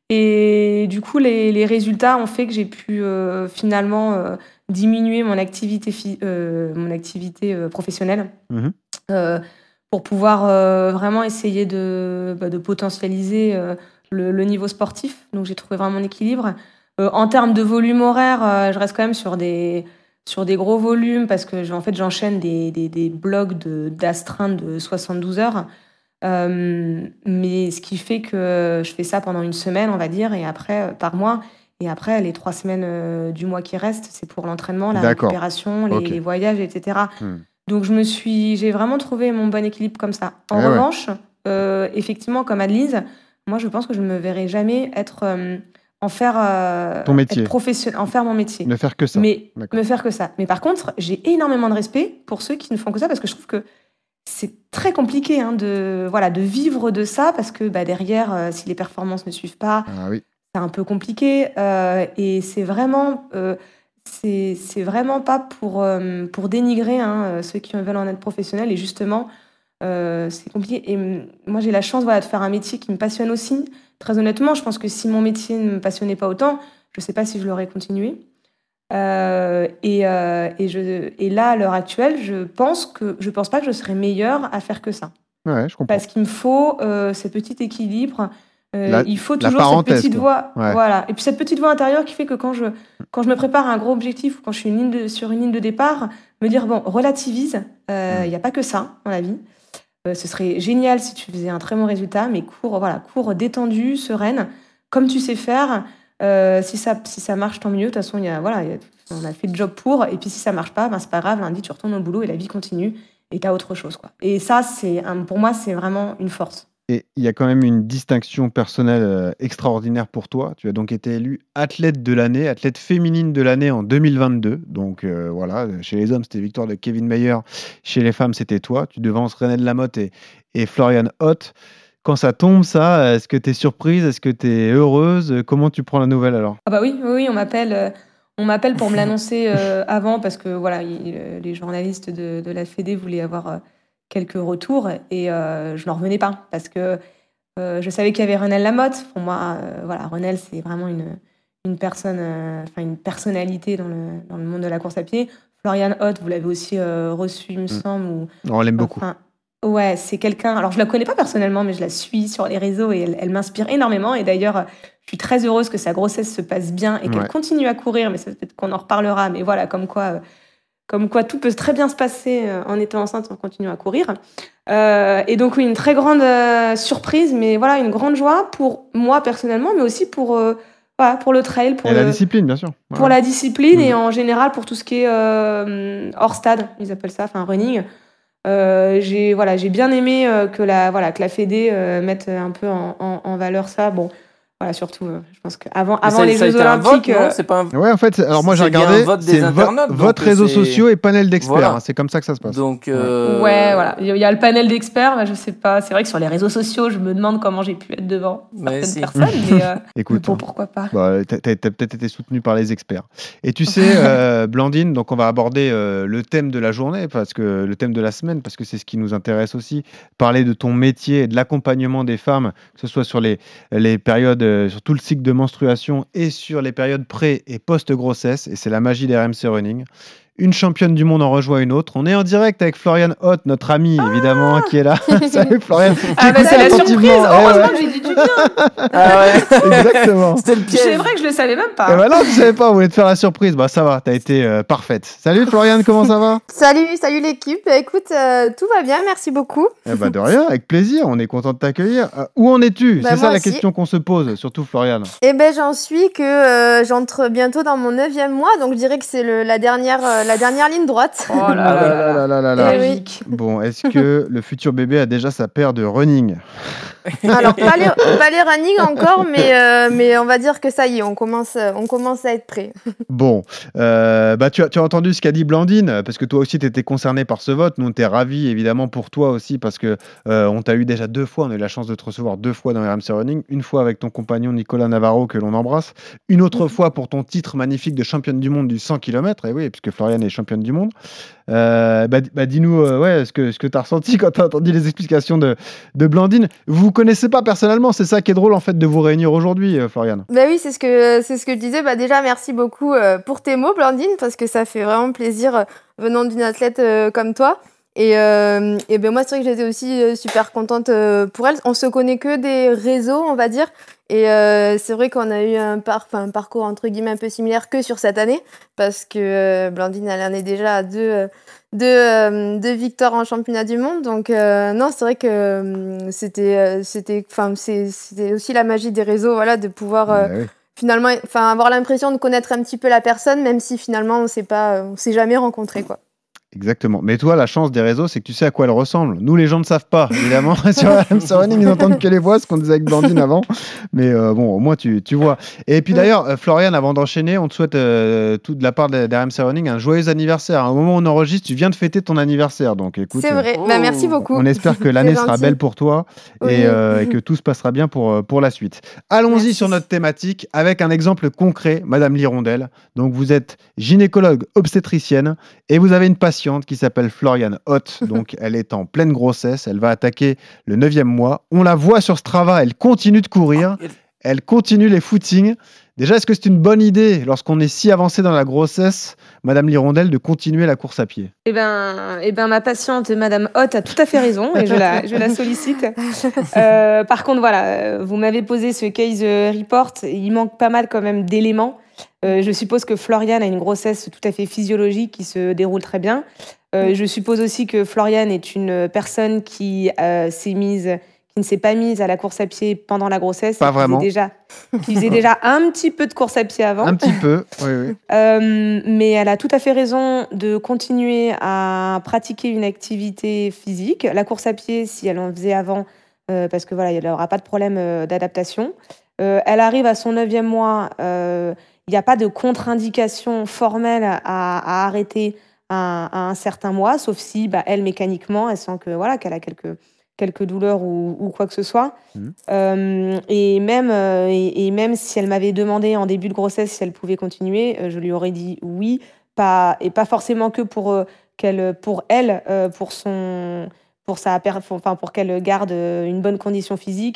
et du coup les, les résultats ont fait que j'ai pu euh, finalement euh, diminuer mon activité fi- euh, mon activité euh, professionnelle Mhm. euh, pour pouvoir euh, vraiment essayer de, bah, de potentialiser euh, le, le niveau sportif. Donc j'ai trouvé vraiment mon équilibre. Euh, en termes de volume horaire, euh, je reste quand même sur des sur des gros volumes parce que je- en fait j'enchaîne des, des, des blocs de, d'astreinte de soixante-douze heures. Euh, mais ce qui fait que je fais ça pendant une semaine, on va dire, et après euh, par mois. Et après, les trois semaines euh, du mois qui restent, c'est pour l'entraînement, la D'accord. récupération, les, Ok. les voyages, et cetera. Hmm. Donc je me suis, j'ai vraiment trouvé mon bon équilibre comme ça. En Eh ouais. revanche, euh, effectivement, comme Adelise, moi je pense que je ne me verrai jamais être euh, en faire euh, Ton métier. être professionnel, en faire mon métier. Ne faire que ça. Mais D'accord. me faire que ça. Mais par contre, j'ai énormément de respect pour ceux qui ne font que ça parce que je trouve que c'est très compliqué hein, de voilà de vivre de ça parce que bah, derrière, euh, si les performances ne suivent pas, Ah oui. c'est un peu compliqué euh, et c'est vraiment euh, c'est c'est vraiment pas pour euh, pour dénigrer hein, euh, ceux qui veulent en être professionnels et justement euh, c'est compliqué et mm, moi j'ai la chance voilà de faire un métier qui me passionne aussi. Très honnêtement, je pense que si mon métier ne me passionnait pas autant, je sais pas si je l'aurais continué. Euh, et, euh, et, je, et là, à l'heure actuelle, je pense que je pense pas que je serais meilleure à faire que ça. Ouais, je comprends. Parce qu'il me faut euh, ce petit équilibre. Euh, La- il faut la toujours cette parenthèse, petite quoi. voix. Ouais. Voilà. Et puis cette petite voix intérieure qui fait que quand je, quand je me prépare à un gros objectif ou quand je suis une ligne de- sur une ligne de départ, me dire, bon, relativise, il Mm. n'y a pas que ça dans la vie. Euh, ce serait génial si tu faisais un très bon résultat, mais cours, voilà, cours détendu, sereine, comme tu sais faire. Euh, si, ça, si ça marche, tant mieux. De toute façon, il y a, voilà, il y a- on a fait le job pour. Et puis si ça marche pas, ben, c'est pas grave. Lundi, tu retournes au boulot et la vie continue. Et tu as autre chose. Quoi. Et ça, c'est un- pour moi, c'est vraiment une force. Et il y a quand même une distinction personnelle euh, extraordinaire pour toi. Tu as donc été élue athlète de l'année, athlète féminine de l'année en deux mille vingt-deux. Donc euh, voilà, chez les hommes, c'était victoire de Kevin Mayer. Chez les femmes, c'était toi. Tu devances Renelle Lamotte et, et Florian Hott. Quand ça tombe, ça, est-ce que tu es surprise? Est-ce que tu es heureuse? Comment tu prends la nouvelle alors? Ah bah oui, oui, oui, on m'appelle, euh, on m'appelle pour me l'annoncer euh, avant parce que voilà, il- euh, les journalistes de, de la Fédé voulaient avoir euh, quelques retours et euh, je n'en revenais pas parce que euh, je savais qu'il y avait Renelle Lamotte. Pour moi, euh, voilà, Renelle, c'est vraiment une, une personne, euh, enfin une personnalité dans le, dans le monde de la course à pied. Florian Hott, vous l'avez aussi euh, reçu, il me semble. Ou, On l'aime beaucoup. enfin, ouais, c'est quelqu'un. Alors, je la connais pas personnellement, mais je la suis sur les réseaux et elle, elle m'inspire énormément. Et d'ailleurs, je suis très heureuse que sa grossesse se passe bien et qu'elle Ouais. continue à courir. Mais ça, peut-être qu'on en reparlera. Mais voilà, comme quoi, euh, comme quoi tout peut très bien se passer euh, en étant enceinte en continuant à courir. Euh, et donc, oui, une très grande euh, surprise, mais voilà, une grande joie pour moi personnellement, mais aussi pour, euh, voilà, pour le trail, pour Et le, la discipline, bien sûr. pour Voilà. la discipline Mhm. et en général pour tout ce qui est euh, hors stade, ils appellent ça, enfin running. Euh, j'ai voilà, j'ai bien aimé euh, que la voilà que la Fédé euh, mette un peu en, en, en valeur ça. Bon, voilà, surtout, euh, je pense qu'avant Mais avant ça, les ça a Jeux été un vote, Olympiques, non euh, C'est pas un... Ouais, en fait, c'est- alors moi j'ai C'est bien regardé, un vote c'est des vo- internautes, vote donc, réseaux c'est- sociaux et panel d'experts. Voilà. hein, c'est comme ça que ça se passe. Donc, euh, ouais, voilà, il y a le panel d'experts. Bah, je sais pas, c'est vrai que sur les réseaux sociaux, je me demande comment j'ai pu être devant Mais certaines si. personnes, mais, euh, mais Écoute, bon, hein. pourquoi pas. Bah, t'as, t'as- t'as peut-être été soutenu par les experts. Et tu sais, euh, Blandine, donc on va aborder euh, le thème de la journée, parce que le thème de la semaine, parce que c'est ce qui nous intéresse aussi. Parler de ton métier et de l'accompagnement des femmes, que ce soit sur les, les périodes, euh, sur tout le cycle de menstruation et sur les périodes pré- et post-grossesse. Et c'est la magie des R M C Running. Une championne du monde en rejoint une autre. On est en direct avec Florian Hott, notre ami, évidemment, qui est là. Salut Florian. Qui Ah bah écoutait c'est la surprise. attentivement. Eh Heureusement ouais, que j'ai dit du bien. Ah ouais. exactement. C'était le piège. C'est vrai que je le savais même Et pas. voilà, tu savais pas, on voulait te faire la surprise. Bah ça va, t'as été euh, parfaite. Salut Florian, comment ça va? Salut, salut l'équipe. Écoute, euh, tout va bien, merci beaucoup. Eh bah de rien, avec plaisir, on est content de t'accueillir. Euh, où en es-tu? Bah, C'est ça moi la aussi. question qu'on se pose, surtout Florian. Eh ben, j'en suis que euh, j'entre bientôt dans mon neuvième mois, donc je dirais que c'est le- la dernière, euh, la dernière ligne droite. Oh là Ah là là là là là. là là là. Eh oui. Magique. Bon, est-ce que le futur bébé a déjà sa paire de running? Alors, pas les, pas les running encore, mais, euh, mais on va dire que ça y est, on commence, on commence à être prêt. Bon, euh, bah tu as, tu as entendu ce qu'a dit Blandine, parce que toi aussi tu étais concernée par ce vote. Nous, on t'est ravis évidemment pour toi aussi, parce que euh, on t'a eu déjà deux fois, on a eu la chance de te recevoir deux fois dans R M C Running. Une fois avec ton compagnon Nicolas Navarro, que l'on embrasse. Une autre fois pour ton titre magnifique de championne du monde du cent kilomètres. Et oui, puisque Florian est championne du monde. Euh, bah, bah, dis-nous euh, ouais, ce que, ce que tu as ressenti quand tu as entendu les explications de, de Blandine. Vous vous connaissez pas personnellement, c'est ça qui est drôle en fait de vous réunir aujourd'hui, euh, Florian. Bah oui, c'est ce que, c'est ce que je disais. Bah déjà, merci beaucoup euh, pour tes mots, Blandine, parce que ça fait vraiment plaisir euh, venant d'une athlète euh, comme toi. Et, euh, et ben moi, c'est vrai que j'étais aussi euh, super contente euh, pour elle. On se connaît que des réseaux, on va dire. Et euh, c'est vrai qu'on a eu un, par, un parcours entre guillemets un peu similaire que sur cette année, parce que euh, Blandine, elle en est déjà à deux, euh, deux, euh, deux victoires en championnat du monde. Donc euh, non, c'est vrai que euh, c'était, euh, c'était, enfin, c'est, c'était aussi la magie des réseaux, voilà, de pouvoir euh, Bah oui. finalement, enfin, avoir l'impression de connaître un petit peu la personne, même si finalement on s'est pas, on s'est jamais rencontrés, quoi. Exactement. Mais toi, la chance des réseaux, c'est que tu sais à quoi elle ressemble. Nous, les gens ne savent pas, évidemment. Sur R M C Running, ils n'entendent que les voix, ce qu'on disait avec Blandine avant. Mais euh, bon, au moins, tu, tu vois. Et puis d'ailleurs, euh, Florian, avant d'enchaîner, on te souhaite, euh, tout de la part de, de R M C Running, un joyeux anniversaire. Au moment où on enregistre, tu viens de fêter ton anniversaire. Donc écoute, C'est vrai. euh, Bah, merci beaucoup. on espère que l'année C'est sera gentil. belle pour toi et, Oui. euh, et que tout se passera bien pour, euh, pour la suite. Allons-y Merci. sur notre thématique avec un exemple concret, Madame Lirondelle. Donc vous êtes gynécologue obstétricienne et vous avez une patiente qui s'appelle Florian Hott. Donc elle est en pleine grossesse, elle va attaquer le neuvième mois. On la voit sur Strava, elle continue de courir, elle continue les footings. Déjà, est-ce que c'est une bonne idée, lorsqu'on est si avancé dans la grossesse, Madame Lirondelle, de continuer la course à pied? Eh ben, eh ben, ma patiente, Madame Hott, a tout à fait raison et je la, je la sollicite. Euh, par contre, voilà, euh, vous m'avez posé ce case euh, report. Il manque pas mal quand même d'éléments. Euh, je suppose que Florian a une grossesse tout à fait physiologique qui se déroule très bien. Euh, je suppose aussi que Florian est une personne qui euh, s'est mise, qui ne s'est pas mise à la course à pied pendant la grossesse. Pas qui faisait vraiment. Déjà, qui faisait déjà un petit peu de course à pied avant. Un petit peu, oui, oui. Euh, mais elle a tout à fait raison de continuer à pratiquer une activité physique. La course à pied, si elle en faisait avant, euh, parce que voilà, il n'y aura pas de problème euh, d'adaptation. Euh, elle arrive à son neuvième mois, euh, il n'y a pas de contre-indication formelle à, à arrêter à, à un certain mois, sauf si bah, elle, mécaniquement, elle sent que, voilà, qu'elle a quelques, quelques douleurs ou, ou quoi que ce soit. Mmh. Euh, et, même, euh, et, et même si elle m'avait demandé en début de grossesse si elle pouvait continuer, euh, je lui aurais dit oui, pas, et pas forcément que pour, euh, qu'elle, pour elle, euh, pour, son, pour, sa, per- enfin, pour qu'elle garde euh, une bonne condition physique,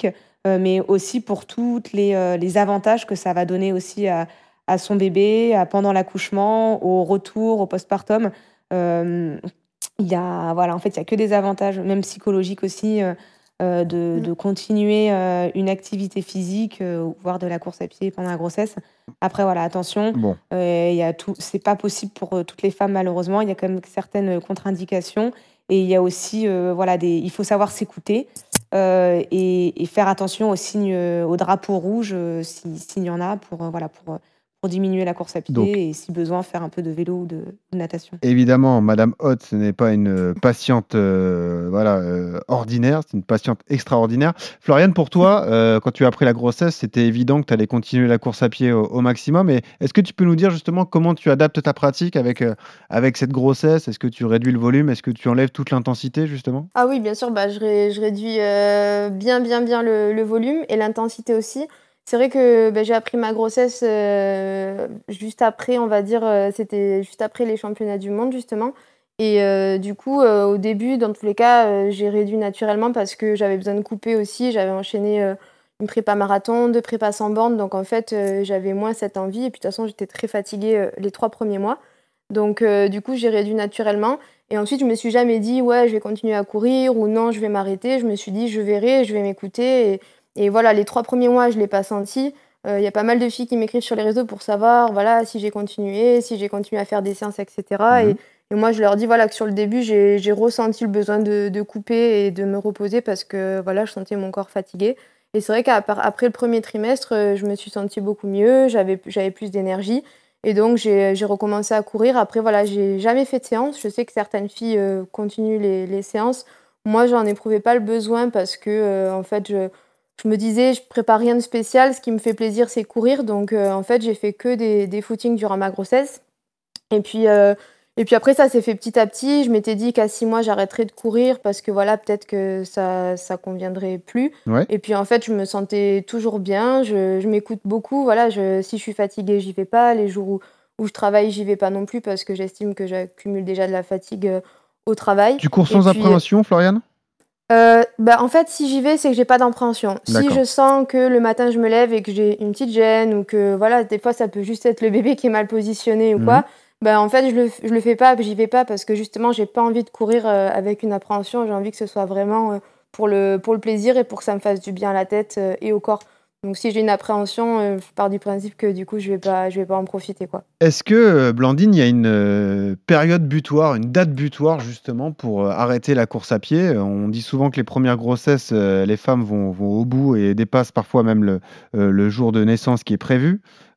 euh, mais aussi pour toutes les, euh, les avantages que ça va donner aussi à, à son bébé, à, pendant l'accouchement, au retour, au postpartum. Euh, il y a, voilà, en fait, il n'y a que des avantages, même psychologiques aussi, euh, euh, de, Mm. de continuer euh, une activité physique, euh, voire de la course à pied pendant la grossesse. Après, voilà, attention, Bon, euh, il y a tout, c'est pas possible pour euh, toutes les femmes, malheureusement. Il y a quand même certaines contre-indications. Et il y a aussi, euh, voilà, des, il faut savoir s'écouter euh, et, et faire attention aux signes, euh, aux drapeaux rouges, euh, si- s'il y en a, pour, euh, voilà, pour, pour diminuer la course à donc pied et si besoin, faire un peu de vélo ou de, de natation. évidemment, Madame Hott, ce n'est pas une euh, patiente euh, voilà, euh, ordinaire, c'est une patiente extraordinaire. Floriane, pour toi, euh, quand tu as appris la grossesse, c'était évident que tu allais continuer la course à pied au, au maximum. Et est-ce que tu peux nous dire justement comment tu adaptes ta pratique avec, euh, avec cette grossesse? Est-ce que tu réduis le volume? Est-ce que tu enlèves toute l'intensité justement? Ah oui, bien sûr, bah, je, ré- je réduis euh, bien, bien, bien le, le volume et l'intensité aussi. C'est vrai que bah, j'ai appris ma grossesse euh, juste après, on va dire, euh, c'était juste après les championnats du monde, justement. Et euh, du coup, euh, au début, dans tous les cas, euh, j'ai réduit naturellement parce que j'avais besoin de couper aussi. J'avais enchaîné euh, une prépa marathon, deux prépas sans borne. Donc, en fait, euh, j'avais moins cette envie. Et puis, de toute façon, j'étais très fatiguée euh, les trois premiers mois. Donc, euh, du coup, j'ai réduit naturellement. Et ensuite, je me suis jamais dit, ouais, je vais continuer à courir ou non, je vais m'arrêter. Je me suis dit, je verrai, je vais m'écouter. Et, et voilà, les trois premiers mois, je l'ai pas senti. Il y a pas mal de filles qui m'écrivent sur les réseaux pour savoir, voilà, si j'ai continué, si j'ai continué à faire des séances, et cetera. Et, Mhm. et moi, je leur dis, voilà, que sur le début, j'ai j'ai ressenti le besoin de, de couper et de me reposer parce que, voilà, je sentais mon corps fatigué. Et c'est vrai qu'après le premier trimestre, euh, je me suis sentie beaucoup mieux, j'avais j'avais plus d'énergie. Et donc, j'ai j'ai recommencé à courir. Après, voilà, j'ai jamais fait de séance. Je sais que certaines filles euh, continuent les, les séances. Moi, j'en éprouvais pas le besoin parce que, euh, en fait, je, je me disais, je prépare rien de spécial. Ce qui me fait plaisir, c'est courir. Donc, euh, en fait, j'ai fait que des, des footings durant ma grossesse. Et puis, euh, et puis après, ça s'est fait petit à petit. Je m'étais dit qu'à six mois, j'arrêterais de courir parce que voilà, peut-être que ça ça conviendrait plus. Ouais. Et puis en fait, je me sentais toujours bien. Je, je m'écoute beaucoup. Voilà, je, si je suis fatiguée, j'y vais pas. Les jours où, où je travaille, j'y vais pas non plus parce que j'estime que j'accumule déjà de la fatigue euh, au travail. Tu cours Et sans puis, appréhension, Floriane? euh, bah, en fait, si j'y vais, c'est que j'ai pas d'appréhension. Si D'accord. je sens que le matin je me lève et que j'ai une petite gêne ou que voilà, des fois ça peut juste être le bébé qui est mal positionné ou Mhm. quoi, bah en fait je le, je le fais pas, j'y vais pas parce que justement j'ai pas envie de courir euh, avec une appréhension. J'ai envie que ce soit vraiment euh, pour le, pour le plaisir et pour que ça me fasse du bien à la tête euh, et au corps. Donc si j'ai une appréhension, euh, je pars du principe que du coup je vais pas, je vais pas en profiter quoi. Est-ce que, euh, Blandine, il y a une euh, période butoir, une date butoir justement pour euh, arrêter la course à pied? Euh, On dit souvent que les premières grossesses, euh, les femmes vont, vont au bout et dépassent parfois même le, euh, le jour de naissance qui est prévu.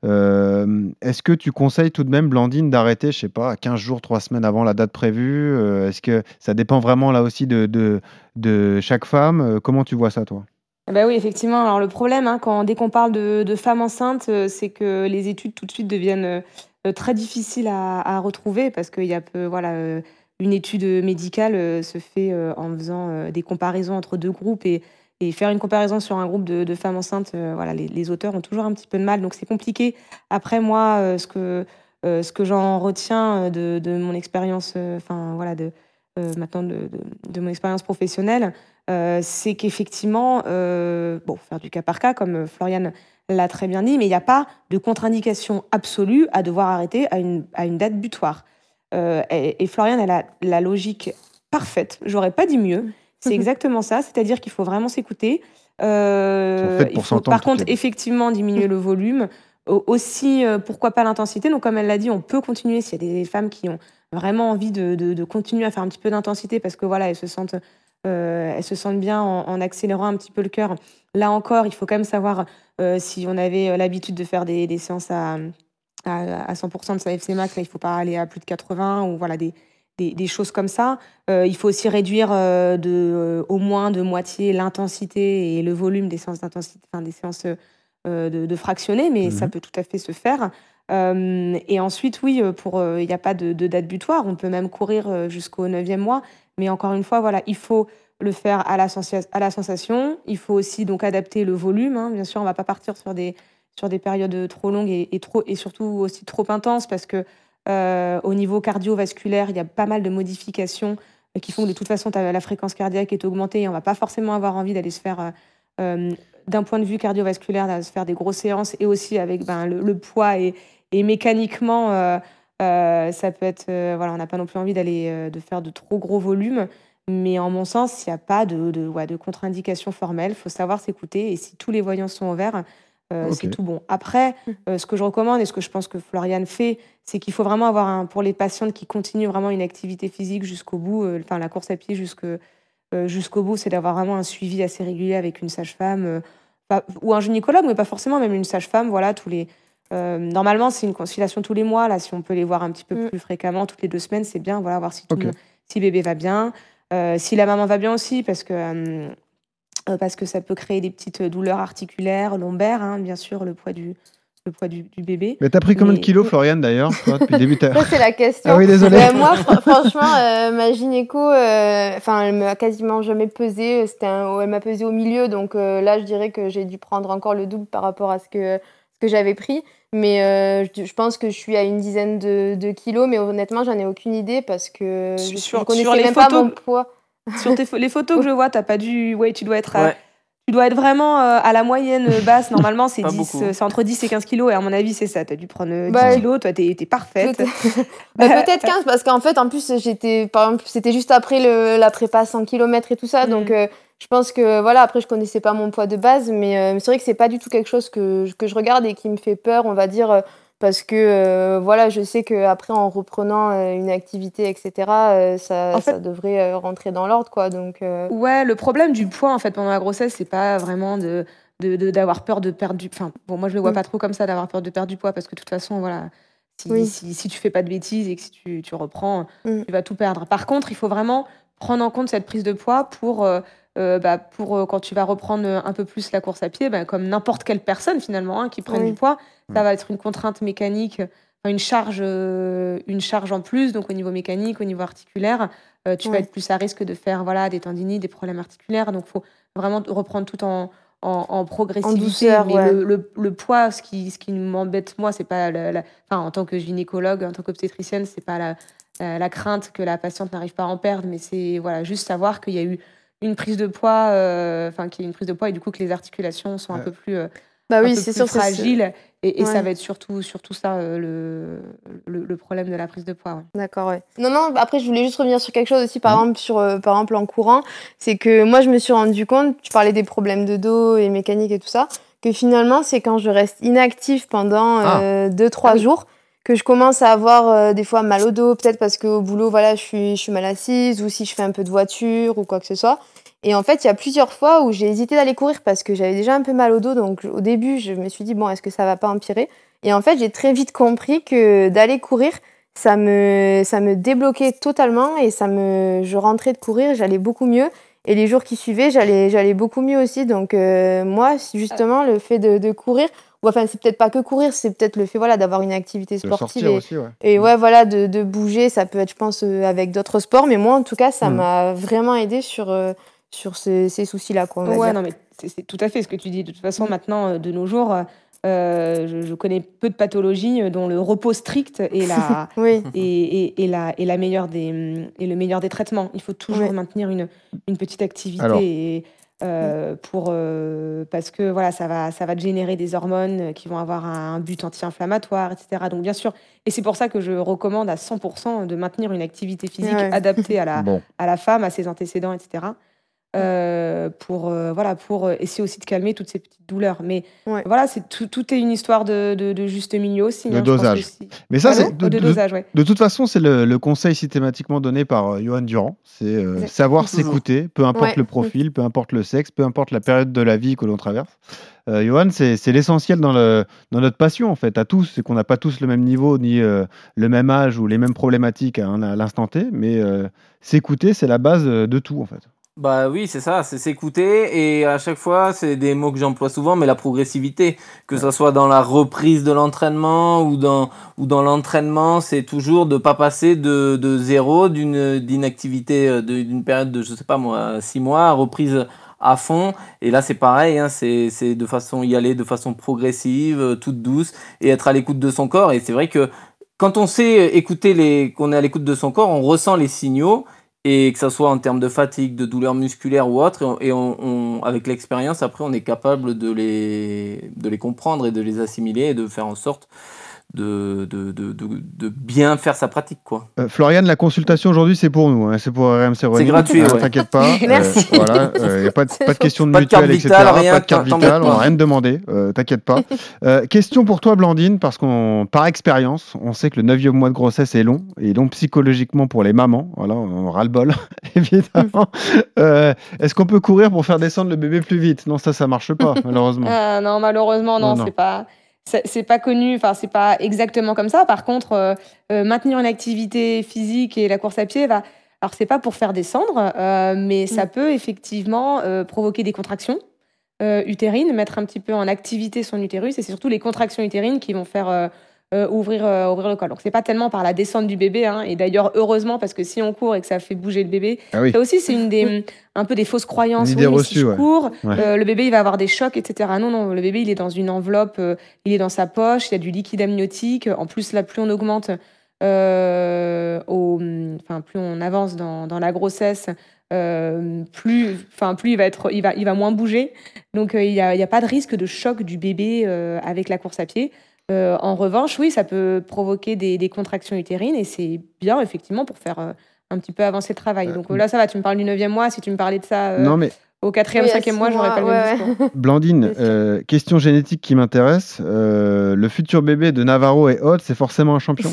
Euh, est-ce que tu conseilles tout de même, Blandine, d'arrêter, je sais pas, à quinze jours, trois semaines avant la date prévue? Euh, Est-ce que ça dépend vraiment là aussi de, de, de chaque femme? Euh, Comment tu vois ça, toi? Ah bah oui, effectivement. Alors le problème, hein, quand, dès qu'on parle de, de femmes enceintes, euh, c'est que les études tout de suite deviennent euh, euh, très difficiles à, à retrouver parce qu'il y a peu, voilà, euh, une étude médicale euh, se fait euh, en faisant euh, des comparaisons entre deux groupes et, et faire une comparaison sur un groupe de, de femmes enceintes, euh, voilà, les, les auteurs ont toujours un petit peu de mal, donc c'est compliqué. Après moi, euh, ce que euh, ce que j'en retiens euh, de, de mon expérience, euh, enfin voilà, de euh, maintenant de, de, de mon expérience professionnelle. Euh, c'est qu'effectivement, euh, bon, faire du cas par cas, comme Floriane l'a très bien dit, mais il n'y a pas de contre-indication absolue à devoir arrêter à une, à une date butoir. Euh, et, et Floriane, elle a la logique parfaite. J'aurais pas dit mieux. C'est exactement ça. C'est-à-dire qu'il faut vraiment s'écouter. Euh, Elles sont faites il pour faut, s'entendre par toutes contre, les deux. effectivement, diminuer le volume. Au- Aussi, euh, pourquoi pas l'intensité. Donc, comme elle l'a dit, on peut continuer s'il y a des femmes qui ont vraiment envie de, de, de continuer à faire un petit peu d'intensité parce que voilà, elles se sentent euh, elles se sentent bien en, en accélérant un petit peu le cœur. Là encore, il faut quand même savoir euh, si on avait l'habitude de faire des, des séances à, à, à cent pour cent de sa F C max, là, il ne faut pas aller à plus de quatre-vingts ou voilà, des, des, des choses comme ça. Euh, il faut aussi réduire euh, de, euh, au moins de moitié l'intensité et le volume des séances d'intensité, enfin, des séances euh, de, de fractionner, mais ça Mhm. peut tout à fait se faire. Euh, et ensuite, oui, pour il n'y a pas de, de date butoir. On peut même courir euh, jusqu'au neuvième mois. Mais encore une fois, voilà, il faut le faire à la, sensia- à la sensation. Il faut aussi donc adapter le volume, hein. Bien sûr, on ne va pas partir sur des, sur des périodes trop longues et, et, trop, et surtout aussi trop intenses parce que euh, au niveau cardiovasculaire, il y a pas mal de modifications euh, qui font que de toute façon, t'as- la fréquence cardiaque est augmentée et on ne va pas forcément avoir envie d'aller se faire euh, euh, d'un point de vue cardiovasculaire, à se faire des grosses séances et aussi avec ben, le, le poids et, et mécaniquement, euh, euh, ça peut être. Euh, voilà, on n'a pas non plus envie d'aller euh, de faire de trop gros volumes. Mais en mon sens, il n'y a pas de, de, ouais, de contre-indication formelle. Il faut savoir s'écouter. Et si tous les voyants sont au vert, euh, Ok. c'est tout bon. Après, euh, ce que je recommande et ce que je pense que Floriane fait, c'est qu'il faut vraiment avoir, un, pour les patientes qui continuent vraiment une activité physique jusqu'au bout, euh, enfin la course à pied jusque, euh, jusqu'au bout, c'est d'avoir vraiment un suivi assez régulier avec une sage-femme euh, pas- ou un gynécologue, mais pas forcément, même une sage-femme. Voilà, tous les, euh, normalement, c'est une consultation tous les mois. Là, si on peut les voir un petit peu Mm. plus fréquemment, toutes les deux semaines, c'est bien. Voilà, voir si tout Ok. le monde- si bébé va bien. Euh, si la maman va bien aussi, parce que, euh, euh, parce que ça peut créer des petites douleurs articulaires, lombaires, hein, bien sûr, le poids du, le poids du, du bébé. Mais t'as pris combien de Mais- kilos, Floriane, d'ailleurs, toi, depuis le début t'as- Ça, c'est la question. Ah oui, désolé. Euh, moi, fr- franchement, euh, ma gynéco, euh, enfin, elle m'a quasiment jamais pesé. C'était un- elle m'a pesé au milieu, donc euh, là, je dirais que j'ai dû prendre encore le double par rapport à ce que, ce que j'avais pris. Mais euh, je, je pense que je suis à une dizaine de, de kilos, mais honnêtement, j'en ai aucune idée parce que je, Sur- je connaissais sur les même pas photos- mon poids. Sur tes pho- les photos que je vois, t'as pas dû. Ouais, tu dois être. à- Ouais. Tu dois être vraiment euh, à la moyenne basse. Normalement, c'est Pas dix, beaucoup. euh, c'est entre dix et quinze kilos. Et à mon avis, c'est ça. T'as dû prendre euh, dix Bah, kilos. Toi, t'es t'es parfaite. Peut-être bah, peut-être quinze, parce qu'en fait, en plus, j'étais, par exemple, c'était juste après le, la prépa cent kilomètres et tout ça. Mm. Donc, euh, je pense que, voilà, après, je connaissais pas mon poids de base, mais euh, c'est vrai que c'est pas du tout quelque chose que, que je regarde et qui me fait peur, on va dire, euh, parce que, euh, voilà, je sais qu'après, en reprenant euh, une activité, et cetera, euh, ça, En fait- ça devrait euh, rentrer dans l'ordre, quoi. Donc, euh, Ouais, le problème du poids, en fait, pendant la grossesse, c'est pas vraiment de de- de- d'avoir peur de perdre du. Enfin, bon, moi, je le vois Mm. pas trop comme ça, d'avoir peur de perdre du poids, parce que de toute façon, voilà. Si, Oui. si, si tu fais pas de bêtises et que si tu, tu reprends, Mm. tu vas tout perdre. Par contre, il faut vraiment prendre en compte cette prise de poids pour, euh, euh, bah, pour euh, quand tu vas reprendre un peu plus la course à pied, bah, comme n'importe quelle personne finalement hein, qui prenne Oui. du poids, ça Mm. va être une contrainte mécanique, enfin, une charge, euh, une charge en plus, donc au niveau mécanique, au niveau articulaire, euh, tu vas Ouais. être plus à risque de faire voilà, des tendinites, des problèmes articulaires. Donc, il faut vraiment reprendre tout en, en, en progressivité. douceur, mais ouais. le, le, le poids, ce qui, ce qui m'embête, moi, c'est pas la, la- enfin, en tant que gynécologue, en tant qu'obstétricienne, c'est pas la, la, la crainte que la patiente n'arrive pas à en perdre, mais c'est voilà, juste savoir qu'il y a eu une prise de poids, euh, enfin, qu'il y a une prise de poids et du coup que les articulations sont un Ouais. peu plus. euh, bah un oui, peu c'est plus sûr, c'est- fragile et, et Ouais. ça va être surtout, surtout ça euh, le, le, le problème de la prise de poids. Ouais. D'accord, ouais. Non, non, après, je voulais juste revenir sur quelque chose aussi, par Mhm. exemple, sur, euh, par exemple, en courant. C'est que moi, je me suis rendu compte, tu parlais des problèmes de dos et mécanique et tout ça, que finalement, c'est quand je reste inactive pendant Ah. deux trois Ah oui. jours que je commence à avoir euh, des fois mal au dos, peut-être parce qu'au boulot, voilà, je suis, je suis mal assise ou si je fais un peu de voiture ou quoi que ce soit. Et en fait, il y a plusieurs fois où j'ai hésité d'aller courir parce que j'avais déjà un peu mal au dos. Donc, au début, je me suis dit, bon, est-ce que ça va pas empirer? Et en fait, j'ai très vite compris que d'aller courir, ça me, ça me débloquait totalement et ça me, je rentrais de courir, j'allais beaucoup mieux. Et les jours qui suivaient, j'allais, j'allais beaucoup mieux aussi. Donc, euh, moi, justement, le fait de, de courir, ou enfin, c'est peut-être pas que courir, c'est peut-être le fait voilà, d'avoir une activité De sportive. sortir Et, aussi, ouais. et Mm. ouais, voilà, de, de bouger, ça peut être, je pense, euh, avec d'autres sports. Mais moi, en tout cas, ça Mm. m'a vraiment aidé sur, euh, sur ce- ces soucis-là, quoi, on va Ouais, dire. non, mais c'est c'est tout à fait ce que tu dis. De toute façon, Mm. maintenant, euh, de nos jours, euh, euh, je, je connais peu de pathologies euh, dont le repos strict est la, Oui, et, et, et la, et la meilleure des, hum, et le meilleur des traitements. Il faut toujours Ouais. maintenir une, une petite activité Alors. et, euh, pour, euh, parce que voilà, ça va, ça va te générer des hormones qui vont avoir un, un but anti-inflammatoire, et cetera. Donc bien sûr, et c'est pour ça que je recommande à cent pour cent de maintenir une activité physique Ouais. adaptée à la, Bon. à la femme, à ses antécédents, et cetera. Euh, pour euh, voilà pour euh, essayer aussi de calmer toutes ces petites douleurs. Mais Ouais. voilà, c'est tout, tout est une histoire de, de, de juste milieu aussi. De hein. Je pense dosage. que si- Mais ça, Pardon c'est de, Oh, de de- dosage, ouais. de toute façon, c'est le, le conseil systématiquement donné par euh, Johan Durand. C'est euh, Exact. savoir Toujours. s'écouter, peu importe Ouais. le profil, peu importe le sexe, peu importe la période de la vie que l'on traverse. Euh, Johan, c'est c'est l'essentiel dans, le, dans notre passion, en fait, à tous. C'est qu'on n'a pas tous le même niveau, ni euh, le même âge ou les mêmes problématiques à, un- à l'instant T. Mais euh, s'écouter, c'est la base euh, de tout, en fait. Bah oui, c'est ça, c'est s'écouter et à chaque fois, c'est des mots que j'emploie souvent, mais la progressivité, que ce soit dans la reprise de l'entraînement ou dans, ou dans l'entraînement, c'est toujours de pas passer de, de zéro, d'une, d'inactivité, euh, de- d'une période de, je sais pas moi, six mois, à reprise à fond. Et là, c'est pareil, hein, c'est, c'est de façon, y aller de façon progressive, euh, toute douce et être à l'écoute de son corps. Et c'est vrai que quand on sait écouter les, qu'on est à l'écoute de son corps, on ressent les signaux. et que ça soit en termes de fatigue, de douleur musculaire ou autre, et, on, et on, on, avec l'expérience, après, on est capable de les, de les comprendre et de les assimiler et de faire en sorte de, de, de, de, de bien faire sa pratique, quoi. Euh, Floriane, la consultation aujourd'hui, c'est pour nous, hein, c'est pour R M C Running. C'est gratuit, hein, ouais. T'inquiète pas. Merci. Euh, voilà, il euh, n'y a pas de, pas de question de Pas de carte mutuelle, vitale, et cetera. rien, Pas de carte t'en- vitale, t'embête on n'a pas. rien demandé, euh, t'inquiète pas. Euh, question pour toi, Blandine, parce qu'on, par expérience, on sait que le neuvième mois de grossesse est long, et long psychologiquement pour les mamans. Voilà, on ras-le-bol, évidemment. Euh, est-ce qu'on peut courir pour faire descendre le bébé plus vite? Non, ça, ça marche pas, malheureusement. Ah, non, malheureusement, non, Non, non. c'est pas, c'est, c'est pas connu, enfin, c'est pas exactement comme ça. Par contre, euh, euh, maintenir une activité physique et la course à pied va. Alors, c'est pas pour faire descendre, euh, mais ça peut effectivement euh, provoquer des contractions euh, utérines, mettre un petit peu en activité son utérus, et c'est surtout les contractions utérines qui vont faire euh, euh, ouvrir, euh, ouvrir le col. Donc, c'est pas tellement par la descente du bébé, hein, et d'ailleurs, heureusement, parce que si on court et que ça fait bouger le bébé, Ah oui. ça aussi, c'est une des, un peu des fausses croyances. Une idée Oui, mais reçue, si je ouais. cours, Ouais. euh, le bébé, il va avoir des chocs, et cetera. Non, non, le bébé, il est dans une enveloppe, euh, il est dans sa poche, il y a du liquide amniotique. En plus, là, plus on augmente, euh, au, enfin, plus on avance dans, dans la grossesse, euh, plus, enfin, plus il va être, il va, il va moins bouger. Donc, euh, il n'y a, il y a pas de risque de choc du bébé euh, avec la course à pied. Euh, en revanche, oui, ça peut provoquer des, des contractions utérines, et c'est bien, effectivement, pour faire euh, un petit peu avancer le travail. Donc euh, là, ça va, tu me parles du neuvième mois. Si tu me parlais de ça euh, Non, mais au quatrième, Oui, à cinquième six mois, j'aurais mois, pas le ouais, même ouais. discours. Blandine, Bien sûr. euh, question génétique qui m'intéresse. Euh, le futur bébé de Navarro et Haute, c'est forcément un champion?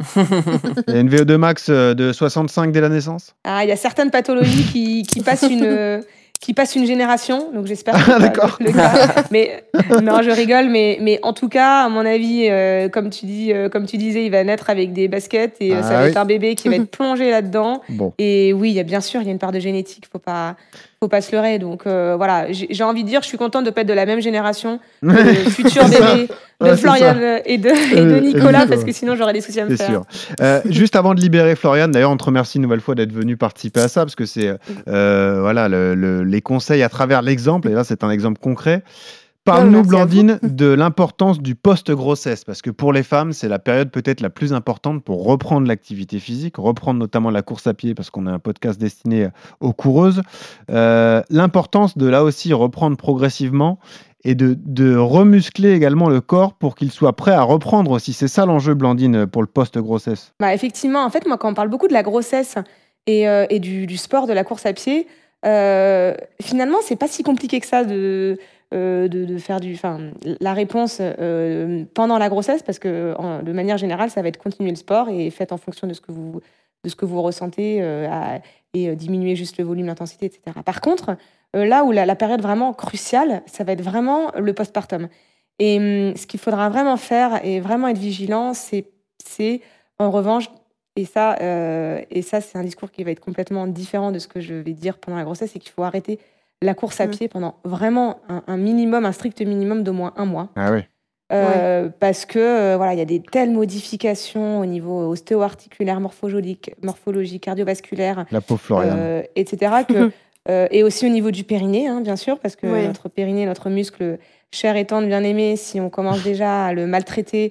Il y a une V O deux max euh, de soixante-cinq dès la naissance? Ah, il y a certaines pathologies qui, qui passent une euh, qui passent une génération, donc j'espère que Ah, c'est pas d'accord. le, le cas. Mais non, je rigole, mais mais en tout cas, à mon avis, euh, comme tu dis, euh, comme tu disais, il va naître avec des baskets, et euh, ça Ah va oui. être un bébé qui va être plongé là-dedans. Bon. Et oui, il y a bien sûr, il y a une part de génétique, faut pas faut pas se leurrer. Donc euh, voilà, j'ai j'ai envie de dire, je suis contente de pas être de la même génération que le futur C'est ça. bébé de Ouais, c'est Florian ça. et de, et Euh, de et Nicolas, Nicolas. parce que sinon j'aurais des soucis à me C'est faire. sûr. Euh, juste avant de libérer Florian, d'ailleurs, on te remercie une nouvelle fois d'être venu participer à ça, parce que c'est euh, voilà, le- le- les conseils à travers l'exemple, et là, c'est un exemple concret. Parle-nous, merci à vous. Blandine, de l'importance du post-grossesse, parce que pour les femmes, c'est la période peut-être la plus importante pour reprendre l'activité physique, reprendre notamment la course à pied, parce qu'on a un podcast destiné aux coureuses. Euh, l'importance de, là aussi, reprendre progressivement et de, de remuscler également le corps pour qu'il soit prêt à reprendre aussi. C'est ça l'enjeu, Blandine, pour le post-grossesse. Bah, effectivement, en fait, moi, quand on parle beaucoup de la grossesse et, euh, et du, du sport, de la course à pied, euh, finalement, c'est pas si compliqué que ça de, euh, de, de faire du. Enfin, la réponse euh, pendant la grossesse, parce que en- de manière générale, ça va être continuer le sport et faites en fonction de ce que vous, de ce que vous ressentez euh, à- et euh, diminuer juste le volume, l'intensité, et cetera. Par contre, euh, là où la, la période vraiment cruciale, ça va être vraiment le postpartum. Et hum, ce qu'il faudra vraiment faire et vraiment être vigilant, c'est, c'est en revanche, et ça, euh, et ça, c'est un discours qui va être complètement différent de ce que je vais dire pendant la grossesse, c'est qu'il faut arrêter la course à Mm. pied pendant vraiment un, un minimum, un strict minimum d'au moins un mois. Ah oui. Euh, Parce que euh, voilà, il y a des telles modifications au niveau ostéo-articulaire, morphologique, morphologie, cardiovasculaire, La pauvre Florian. euh, et cetera. Que, euh, et aussi au niveau du périnée, hein, bien sûr, parce que Oui. notre périnée, notre muscle cher et tendre, bien aimé, si on commence déjà à le maltraiter,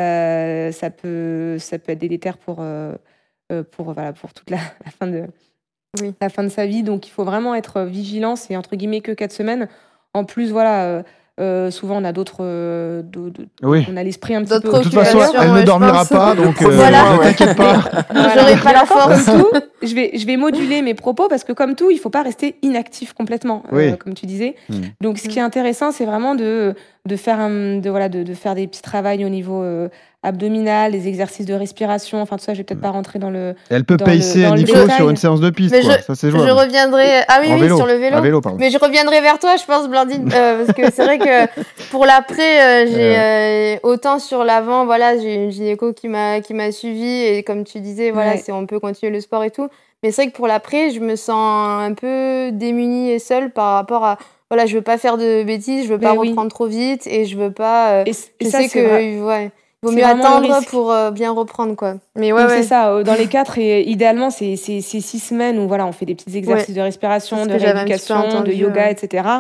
euh, ça, peut, ça peut être délétère pour, euh, euh, pour, voilà, pour toute la, la fin de, Oui. la fin de sa vie. Donc il faut vraiment être vigilant. C'est entre guillemets que quatre semaines. En plus, voilà. euh, Euh, souvent, on a d'autres. euh, d'au- d'au- Oui. On a l'esprit un petit D'autres peu. De toute façon, préoccupations, elle ouais, ne je dormira pense. pas, donc euh, Voilà. ne t'inquiète pas. Voilà. J'aurais pas la Encore, force. Comme tout, je vais, je vais moduler mes propos parce que, comme tout, il faut pas rester inactif complètement, euh, Oui. comme tu disais. Hmm. Donc, ce qui est intéressant, c'est vraiment de, de, faire un, de, voilà, de, de faire des petits travails au niveau euh, abdominal, des exercices de respiration. Enfin, tout ça, je vais peut-être pas rentrer dans le. Elle peut Dans le- pacer dans à le Nico détail. sur une séance de piste, Mais quoi. je- Ça, c'est Je jouable. reviendrai. Ah oui, En oui, vélo. sur le vélo. À vélo, pardon. Mais je reviendrai vers toi, je pense, Blandine, euh, parce que c'est vrai que pour l'après, euh, j'ai euh, autant sur l'avant, voilà, j'ai une gynéco qui m'a qui m'a suivi et comme tu disais, voilà, Ouais. c'est on peut continuer le sport et tout. Mais c'est vrai que pour l'après, je me sens un peu démunie et seule par rapport à voilà, je veux pas faire de bêtises, je veux pas Mais oui. reprendre trop vite et je veux pas. euh, Et, c- et je ça, sais c'est que vrai. ouais, il vaut c'est mieux vraiment le attendre risque. pour euh, bien reprendre quoi. Mais ouais, Donc, ouais. c'est ça, euh, dans les quatre, et idéalement, c'est c'est- c'est six semaines où voilà, on fait des petits exercices de C'est respiration, ce de que j'avais un petit peu rééducation, de entendu, yoga, ouais. et cetera.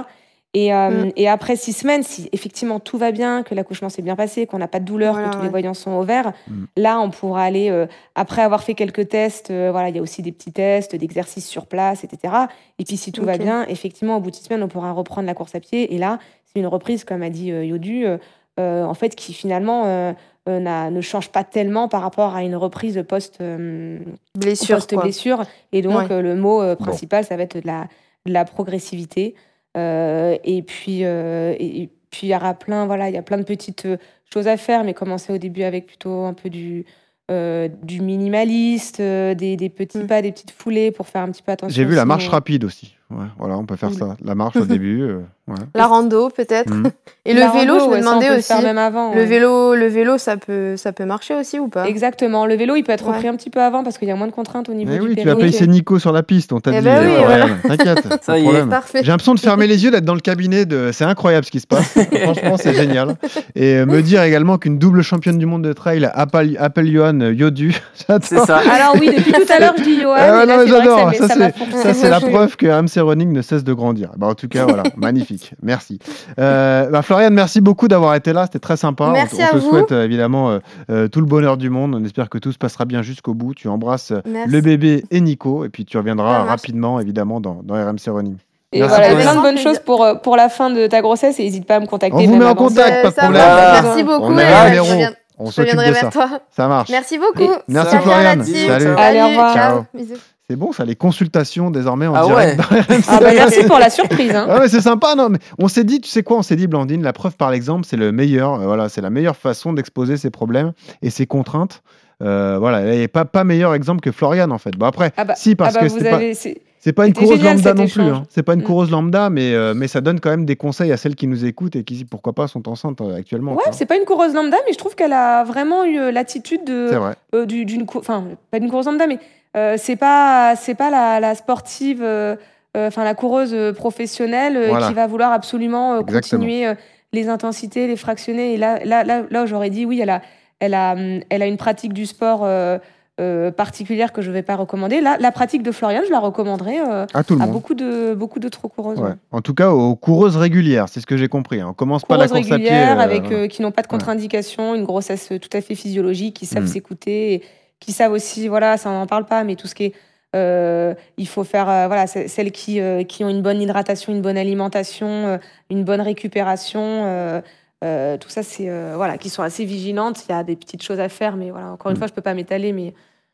Et, euh, Mm. et après six semaines, si effectivement tout va bien, que l'accouchement s'est bien passé, qu'on n'a pas de douleur, Voilà, que tous ouais. les voyants sont au vert, Mm. là, on pourra aller, euh, après avoir fait quelques tests, euh, voilà, il y a aussi des petits tests, d'exercices sur place, et cetera. Et puis si tout va Ok. bien, effectivement, au bout de six semaines, on pourra reprendre la course à pied. Et là, c'est une reprise, comme a dit euh, Yodu, euh, euh, en fait, qui finalement euh, euh, n'a- ne change pas tellement par rapport à une reprise post, euh, Blessure, quoi. post-blessure. Et donc, Ouais. euh, le mot euh, Bon. principal, ça va être de la, de la progressivité. Euh, et puis, euh, et, et puis il y aura plein, voilà, il y a plein de petites euh, choses à faire, mais commencer au début avec plutôt un peu du, euh, du minimaliste, euh, des, des petits Mm. pas, des petites foulées pour faire un petit peu attention. J'ai vu la aussi marche aux- rapide aussi. Ouais, voilà, on peut faire Cool. ça. La marche au début. euh, ouais. La rando, peut-être. Mm. Et le La vélo, rando, je me ouais, ça, on demandais peut le aussi. faire même avant. Le ouais. vélo, le vélo, ça peut, ça peut marcher aussi ou pas? Exactement. Le vélo, il peut être Ouais. repris un petit peu avant parce qu'il y a moins de contraintes au niveau Mais du oui, tu périnée. vas payer ses Nico sur la piste, on t'a Eh dit. ben euh, oui, Florian. T'inquiète, pas Ça de y est. problème. Parfait. J'ai l'impression de fermer les yeux, d'être dans le cabinet. De... C'est incroyable ce qui se passe. Franchement, c'est génial. Et euh, me dire également qu'une double championne du monde de trail appelle, appelle Johan euh, Yodu. C'est J'adore. ça. Alors oui, depuis tout à l'heure, je dis Johan, Ah ouais, et là, non, mais c'est vrai que ça, j'adore. m'est- Ça, ça m'a c'est- fonctionné. Ça, c'est la preuve que R M C Running ne cesse de grandir. Bah, en tout cas, voilà, magnifique. Merci. Euh, bah, Florian, merci beaucoup d'avoir été là. C'était très sympa. Merci on, on à te vous. souhaite euh, évidemment euh, euh, tout le bonheur du monde. On espère que tout se passera bien jusqu'au bout. Tu embrasses euh, Merci. le bébé et Nico. Et puis tu Ça reviendras marche. rapidement, évidemment, dans, dans R M C Running. Et Merci, voilà, Avec plein Florian. de grand bonnes plaisir. choses pour, euh, pour la fin de ta grossesse et n'hésite pas à me contacter. On vous même met en avant ça. contact, pas de Ça problème. marche. Ah. Merci beaucoup. On et, a euh, un je numéro. reviens- On je s'occupe reviendrai de ça. vers toi. Ça marche. Merci beaucoup. Et- Merci, Ciao, Florian. là-dessus. Salut. Allez, au revoir. Ciao. Bisous. C'est bon, ça, les consultations désormais en Ah direct ouais. dans R M C. Ah bah merci pour la surprise. Hein. Ah ouais, c'est sympa, non mais on s'est dit, tu sais quoi, on s'est dit, Blandine, la preuve par l'exemple, c'est le meilleur, euh, voilà, c'est la meilleure façon d'exposer ses problèmes et ses contraintes. Euh, voilà, il n'y a pas, pas meilleur exemple que Florian en fait. Bon après, Ah bah, si parce ah bah que vous c'est pas, avez, c'est- c'est pas une c'était coureuse génial, lambda cet non plus. échange. Hein. C'est pas une Mm. coureuse lambda, mais euh, mais ça donne quand même des conseils à celles qui nous écoutent et qui pourquoi pas sont enceintes euh, actuellement. Ouais, tu vois. c'est pas une coureuse lambda, mais je trouve qu'elle a vraiment eu euh, l'attitude de C'est vrai. euh, du- d'une cou- enfin pas d'une coureuse lambda, mais euh, c'est pas c'est pas la, la sportive, euh, euh, enfin la coureuse euh, professionnelle euh, Voilà. qui va vouloir absolument euh, Exactement. continuer euh, les intensités, les fractionner. Et là là là, là j'aurais dit oui, elle a elle a hum, elle a une pratique du sport euh, euh, particulière que je vais pas recommander. Là, la pratique de Florian, je la recommanderais euh, À tout le à monde. beaucoup de beaucoup d'autres coureuses. Ouais. ouais. En tout cas, aux coureuses régulières, c'est ce que j'ai compris. Hein. On commence pas la Coureuses course à pied. régulières euh, avec, voilà. euh, qui n'ont pas de contre-indication, une grossesse tout à fait physiologique, qui savent Mm. s'écouter, et qui savent aussi, voilà, ça on n'en parle pas, mais tout ce qui est, euh, il faut faire, euh, voilà, c- celles qui, euh, qui ont une bonne hydratation, une bonne alimentation, euh, une bonne récupération, euh, euh, tout ça, c'est, euh, voilà, qui sont assez vigilantes. Il y a des petites choses à faire, mais voilà, encore une Mm. fois, je peux pas m'étaler, mais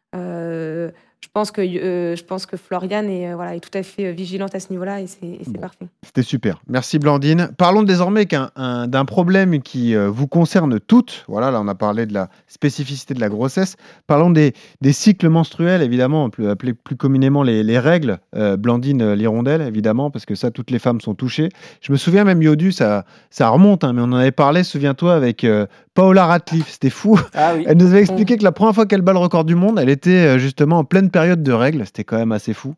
euh, je pense que, euh, je pense que Floriane est, euh, voilà, est tout à fait euh, vigilante à ce niveau-là, et c'est, et c'est Bon. parfait. C'était super. Merci Blandine. Parlons désormais qu'un- un- d'un problème qui euh, vous concerne toutes. Voilà, là on a parlé de la spécificité de la grossesse. Parlons des, des cycles menstruels, évidemment, plus, appelés plus communément les, les règles. Euh, Blandine, euh, l'hirondelle, évidemment, parce que ça, toutes les femmes sont touchées. Je me souviens même, Yodu, ça, ça remonte, hein, mais on en avait parlé, souviens-toi, avec euh, Paola Radcliffe. C'était fou. Ah oui. Elle nous avait expliqué que la première fois qu'elle bat le record du monde, elle était euh, justement en pleine période de règles. C'était quand même assez fou.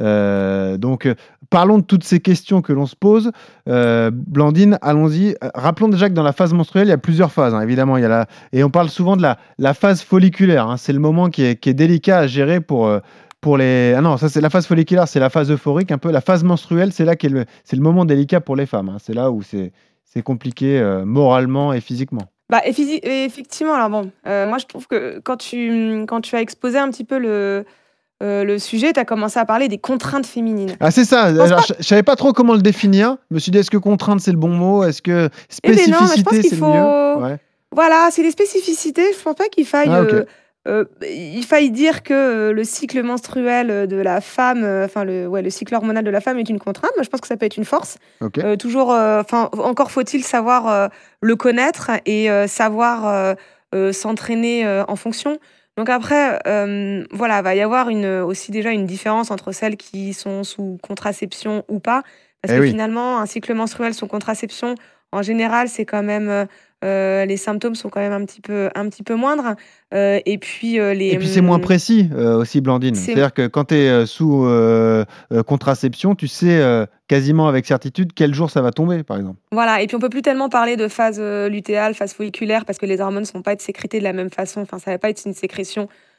Euh, donc, euh, parlons de toutes ces questions que l'on se pose. Euh, Blandine, allons-y. Euh, Rappelons déjà que dans la phase menstruelle, il y a plusieurs phases, hein, évidemment. Il y a la... Et on parle souvent de la, la phase folliculaire. Hein. C'est le moment qui est, qui est délicat à gérer pour... euh, pour les... Ah non, ça c'est la phase folliculaire, c'est la phase euphorique. Un peu la phase menstruelle, c'est là qu'est le... c'est le moment délicat pour les femmes. Hein. C'est là où c'est, c'est compliqué euh, moralement et physiquement. Bah, et physi- et effectivement, alors bon, euh, moi je trouve que quand tu, quand tu as exposé un petit peu le, euh, le sujet, tu as commencé à parler des contraintes féminines. Ah, c'est ça. pense Alors, je, je savais pas trop comment le définir. Je me suis dit, est-ce que contrainte, c'est le bon mot? Est-ce que Eh ben non, mais je pense spécificité, qu'il c'est faut- le mieux? Ouais. Voilà, c'est des spécificités. Je pense pas qu'il faille, Ah, ok. euh, euh, il faille dire que euh, le cycle menstruel de la femme, euh, enfin le, ouais, le cycle hormonal de la femme est une contrainte. Moi, je pense que ça peut être une force. Ok. Euh, toujours, euh, enfin, encore faut-il savoir euh, le connaître et euh, savoir euh, euh, s'entraîner euh, en fonction. Donc après, euh, voilà, va y avoir une, aussi déjà une différence entre celles qui sont sous contraception ou pas, parce Eh que oui. finalement, un cycle menstruel sous contraception, en général, c'est quand même euh, euh, les symptômes sont quand même un petit peu, un petit peu moindres. Euh, et puis euh, les. Et puis c'est moins hum, précis euh, aussi, Blandine. c'est- C'est-à-dire que quand tu es sous euh, euh, contraception, tu sais euh, quasiment avec certitude quel jour ça va tomber, par exemple. Voilà, et puis on peut plus tellement parler de phase euh, lutéale, phase folliculaire, parce que les hormones ne vont pas être sécrétées de la même façon. Enfin, ça va pas être une sécrétion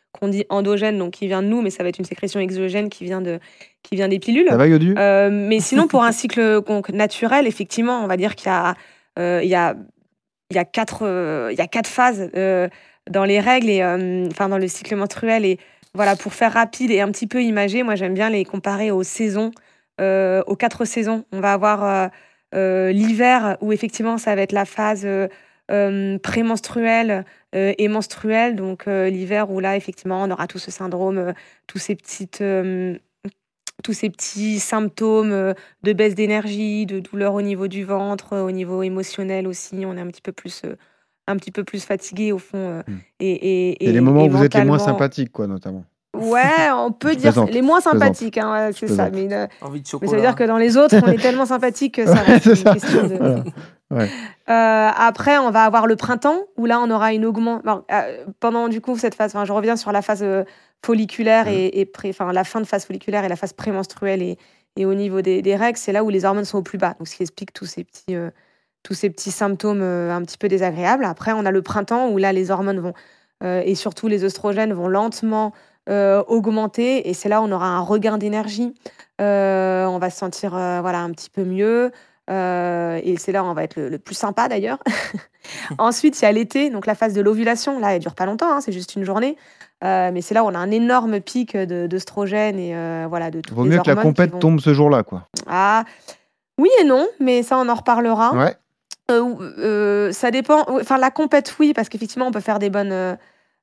qu'on dit endogène, donc qui vient de nous, mais ça va être une sécrétion exogène qui vient, de, qui vient des pilules. Ça va, Yodu? Euh, mais sinon, pour un cycle donc, naturel, effectivement, on va dire qu'il y a, euh, il y a, il y a, quatre, euh, il y a quatre phases euh, dans les règles, et, euh, enfin dans le cycle menstruel. Et voilà, pour faire rapide et un petit peu imagé, moi j'aime bien les comparer aux saisons, euh, aux quatre saisons. On va avoir euh, euh, l'hiver où effectivement ça va être la phase euh, euh, prémenstruelle euh, et menstruelle. Donc euh, l'hiver où là effectivement on aura tout ce syndrome, euh, tous ces petites, euh, tous ces petits symptômes euh, de baisse d'énergie, de douleur au niveau du ventre, euh, au niveau émotionnel aussi. On est un petit peu plus, euh, un petit peu plus fatigué au fond euh, Hmm. et, et, C'est les et, moments et où vous êtes les moins mentalement. sympathiques, quoi, notamment. Ouais, on peut Je dire plaisante, les moins je plaisante, sympathiques, hein, ouais, je c'est ça. plaisante. Mais, euh, Envie de mais ça veut dire que chocolat. dans les autres, on est tellement sympathique que ça Ouais, reste c'est une ça. question de. Voilà. Ouais. Euh, après, on va avoir le printemps où là, on aura une augmentation. Euh, pendant du coup cette phase, enfin, je reviens sur la phase euh, folliculaire Mhm. et, et pré, enfin la fin de phase folliculaire et la phase prémenstruelle et, et au niveau des, des règles, c'est là où les hormones sont au plus bas. Donc, ce qui explique tous ces petits, euh, tous ces petits symptômes euh, un petit peu désagréables. Après, on a le printemps où là, les hormones vont euh, et surtout les oestrogènes vont lentement euh, augmenter et c'est là où on aura un regain d'énergie. Euh, on va se sentir euh, voilà un petit peu mieux. Euh, et c'est là où on va être le, le plus sympa d'ailleurs. Ensuite, il y a l'été, donc la phase de l'ovulation. Là, elle dure pas longtemps, hein, c'est juste une journée. Euh, mais c'est là où on a un énorme pic de- d'œstrogènes et euh, voilà, de toutes Vaut les mieux que la hormones qui compète vont. tombe ce jour-là, quoi. Ah, oui et non, mais ça, on en reparlera. Ouais. Euh, ou- euh, ça dépend. Enfin, la compète, oui, parce qu'effectivement, on peut faire des bonnes, euh,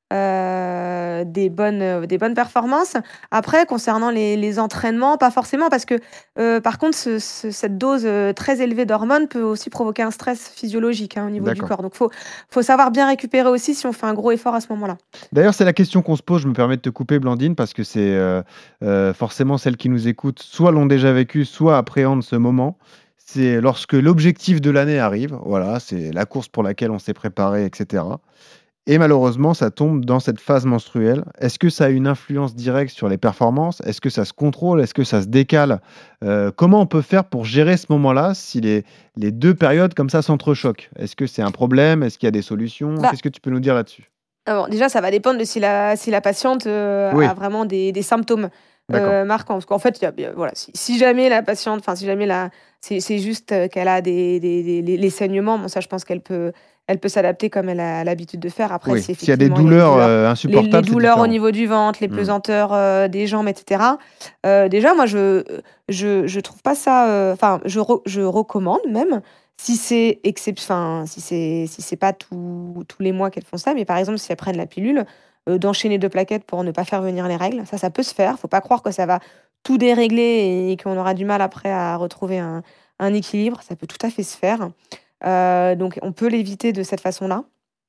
euh, des bonnes, euh, des bonnes performances. Après, concernant les, les entraînements, pas forcément, parce que euh, par contre, ce- ce- cette dose euh, très élevée d'hormones peut aussi provoquer un stress physiologique hein, au niveau du D'accord. corps. Donc, faut, faut savoir bien récupérer aussi si on fait un gros effort à ce moment-là. D'ailleurs, c'est la question qu'on se pose. Je me permets de te couper, Blandine, parce que c'est euh, euh, forcément celles qui nous écoutent, soit l'ont déjà vécu, soit appréhendent ce moment. C'est lorsque l'objectif de l'année arrive. Voilà, c'est la course pour laquelle on s'est préparé, et cetera. Et malheureusement, ça tombe dans cette phase menstruelle. Est-ce que ça a une influence directe sur les performances? Est-ce que ça se contrôle? Est-ce que ça se décale? Euh, comment on peut faire pour gérer ce moment-là si les, les deux périodes comme ça s'entrechoquent? Est-ce que c'est un problème? Est-ce qu'il y a des solutions? Bah, Qu'est-ce que tu peux nous dire là-dessus? alors, déjà, ça va dépendre de si la, si la patiente euh, a Oui, vraiment des, des symptômes d'accord. euh, marquants. Parce qu'en fait, il y a- il y a- voilà, si, si jamais la patiente, enfin, si jamais la, c'est c'est juste euh, qu'elle a des, des, des- les, les saignements, bon, ça, je pense qu'elle peut, elle peut s'adapter comme elle a l'habitude de faire. Après, Oui, si s'il y a des effectivement il y a des douleurs douleurs, euh, les, les insupportables, c'est douleurs au différent. niveau du ventre, les Hmm. pesanteurs euh, des jambes, et cetera. euh, déjà, moi, je, je, je trouve pas ça. euh, Enfin, je, re- je recommande même. Si c'est excep- enfin, si c'est si c'est pas tous tous les mois qu'elles font ça, mais par exemple si elles prennent la pilule, euh, d'enchaîner deux plaquettes pour ne pas faire venir les règles, ça ça peut se faire. Faut pas croire que ça va tout dérégler et qu'on aura du mal après à retrouver un, un équilibre. Ça peut tout à fait se faire. Euh, donc on peut l'éviter de cette façon-là,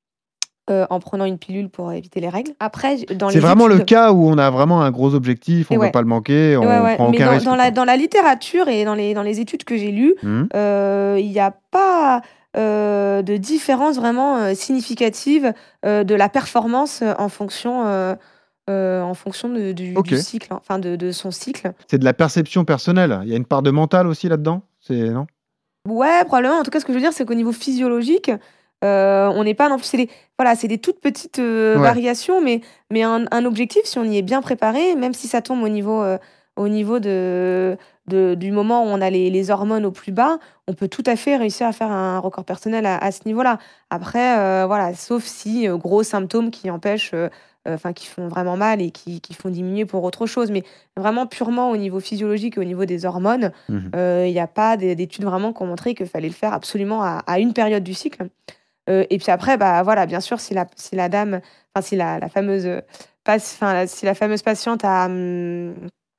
euh, en prenant une pilule pour éviter les règles. Après, j- dans C'est les vraiment le études, cas où on a vraiment un gros objectif, on et ne veut ouais, pas le manquer, et ouais, on ouais. prend Mais aucun dans, risque, dans la, quoi. dans la littérature et dans les, dans les études que j'ai lues, Hmm. euh, il n'y a pas euh, de différence vraiment euh, significative euh, de la performance euh, en fonction, euh, euh, en fonction de- du, Ok. du cycle, hein, enfin de, de son cycle. C'est de la perception personnelle. Il y a une part de mental aussi là-dedans? C'est non? Ouais, probablement. En tout cas, ce que je veux dire, c'est qu'au niveau physiologique, euh, on n'est pas non plus. C'est des, voilà, c'est des toutes petites euh, Ouais. variations, mais, mais un, un objectif, si on y est bien préparé, même si ça tombe au niveau, euh, au niveau de, de- du moment où on a les, les hormones au plus bas, on peut tout à fait réussir à faire un record personnel à, à ce niveau-là. Après, euh, voilà, sauf si euh, gros symptômes qui empêchent, euh, euh, enfin, qui font vraiment mal et qui, qui font diminuer pour autre chose. Mais vraiment purement au niveau physiologique et au niveau des hormones. Mhm. Il n'y a pas d'é- d'études vraiment qui ont montré qu'il fallait le faire absolument à, à une période du cycle. Euh, et puis après, bah voilà, bien sûr, si la, si la dame, enfin si la, la fameuse euh, passe, enfin la- si la fameuse patiente a, hum,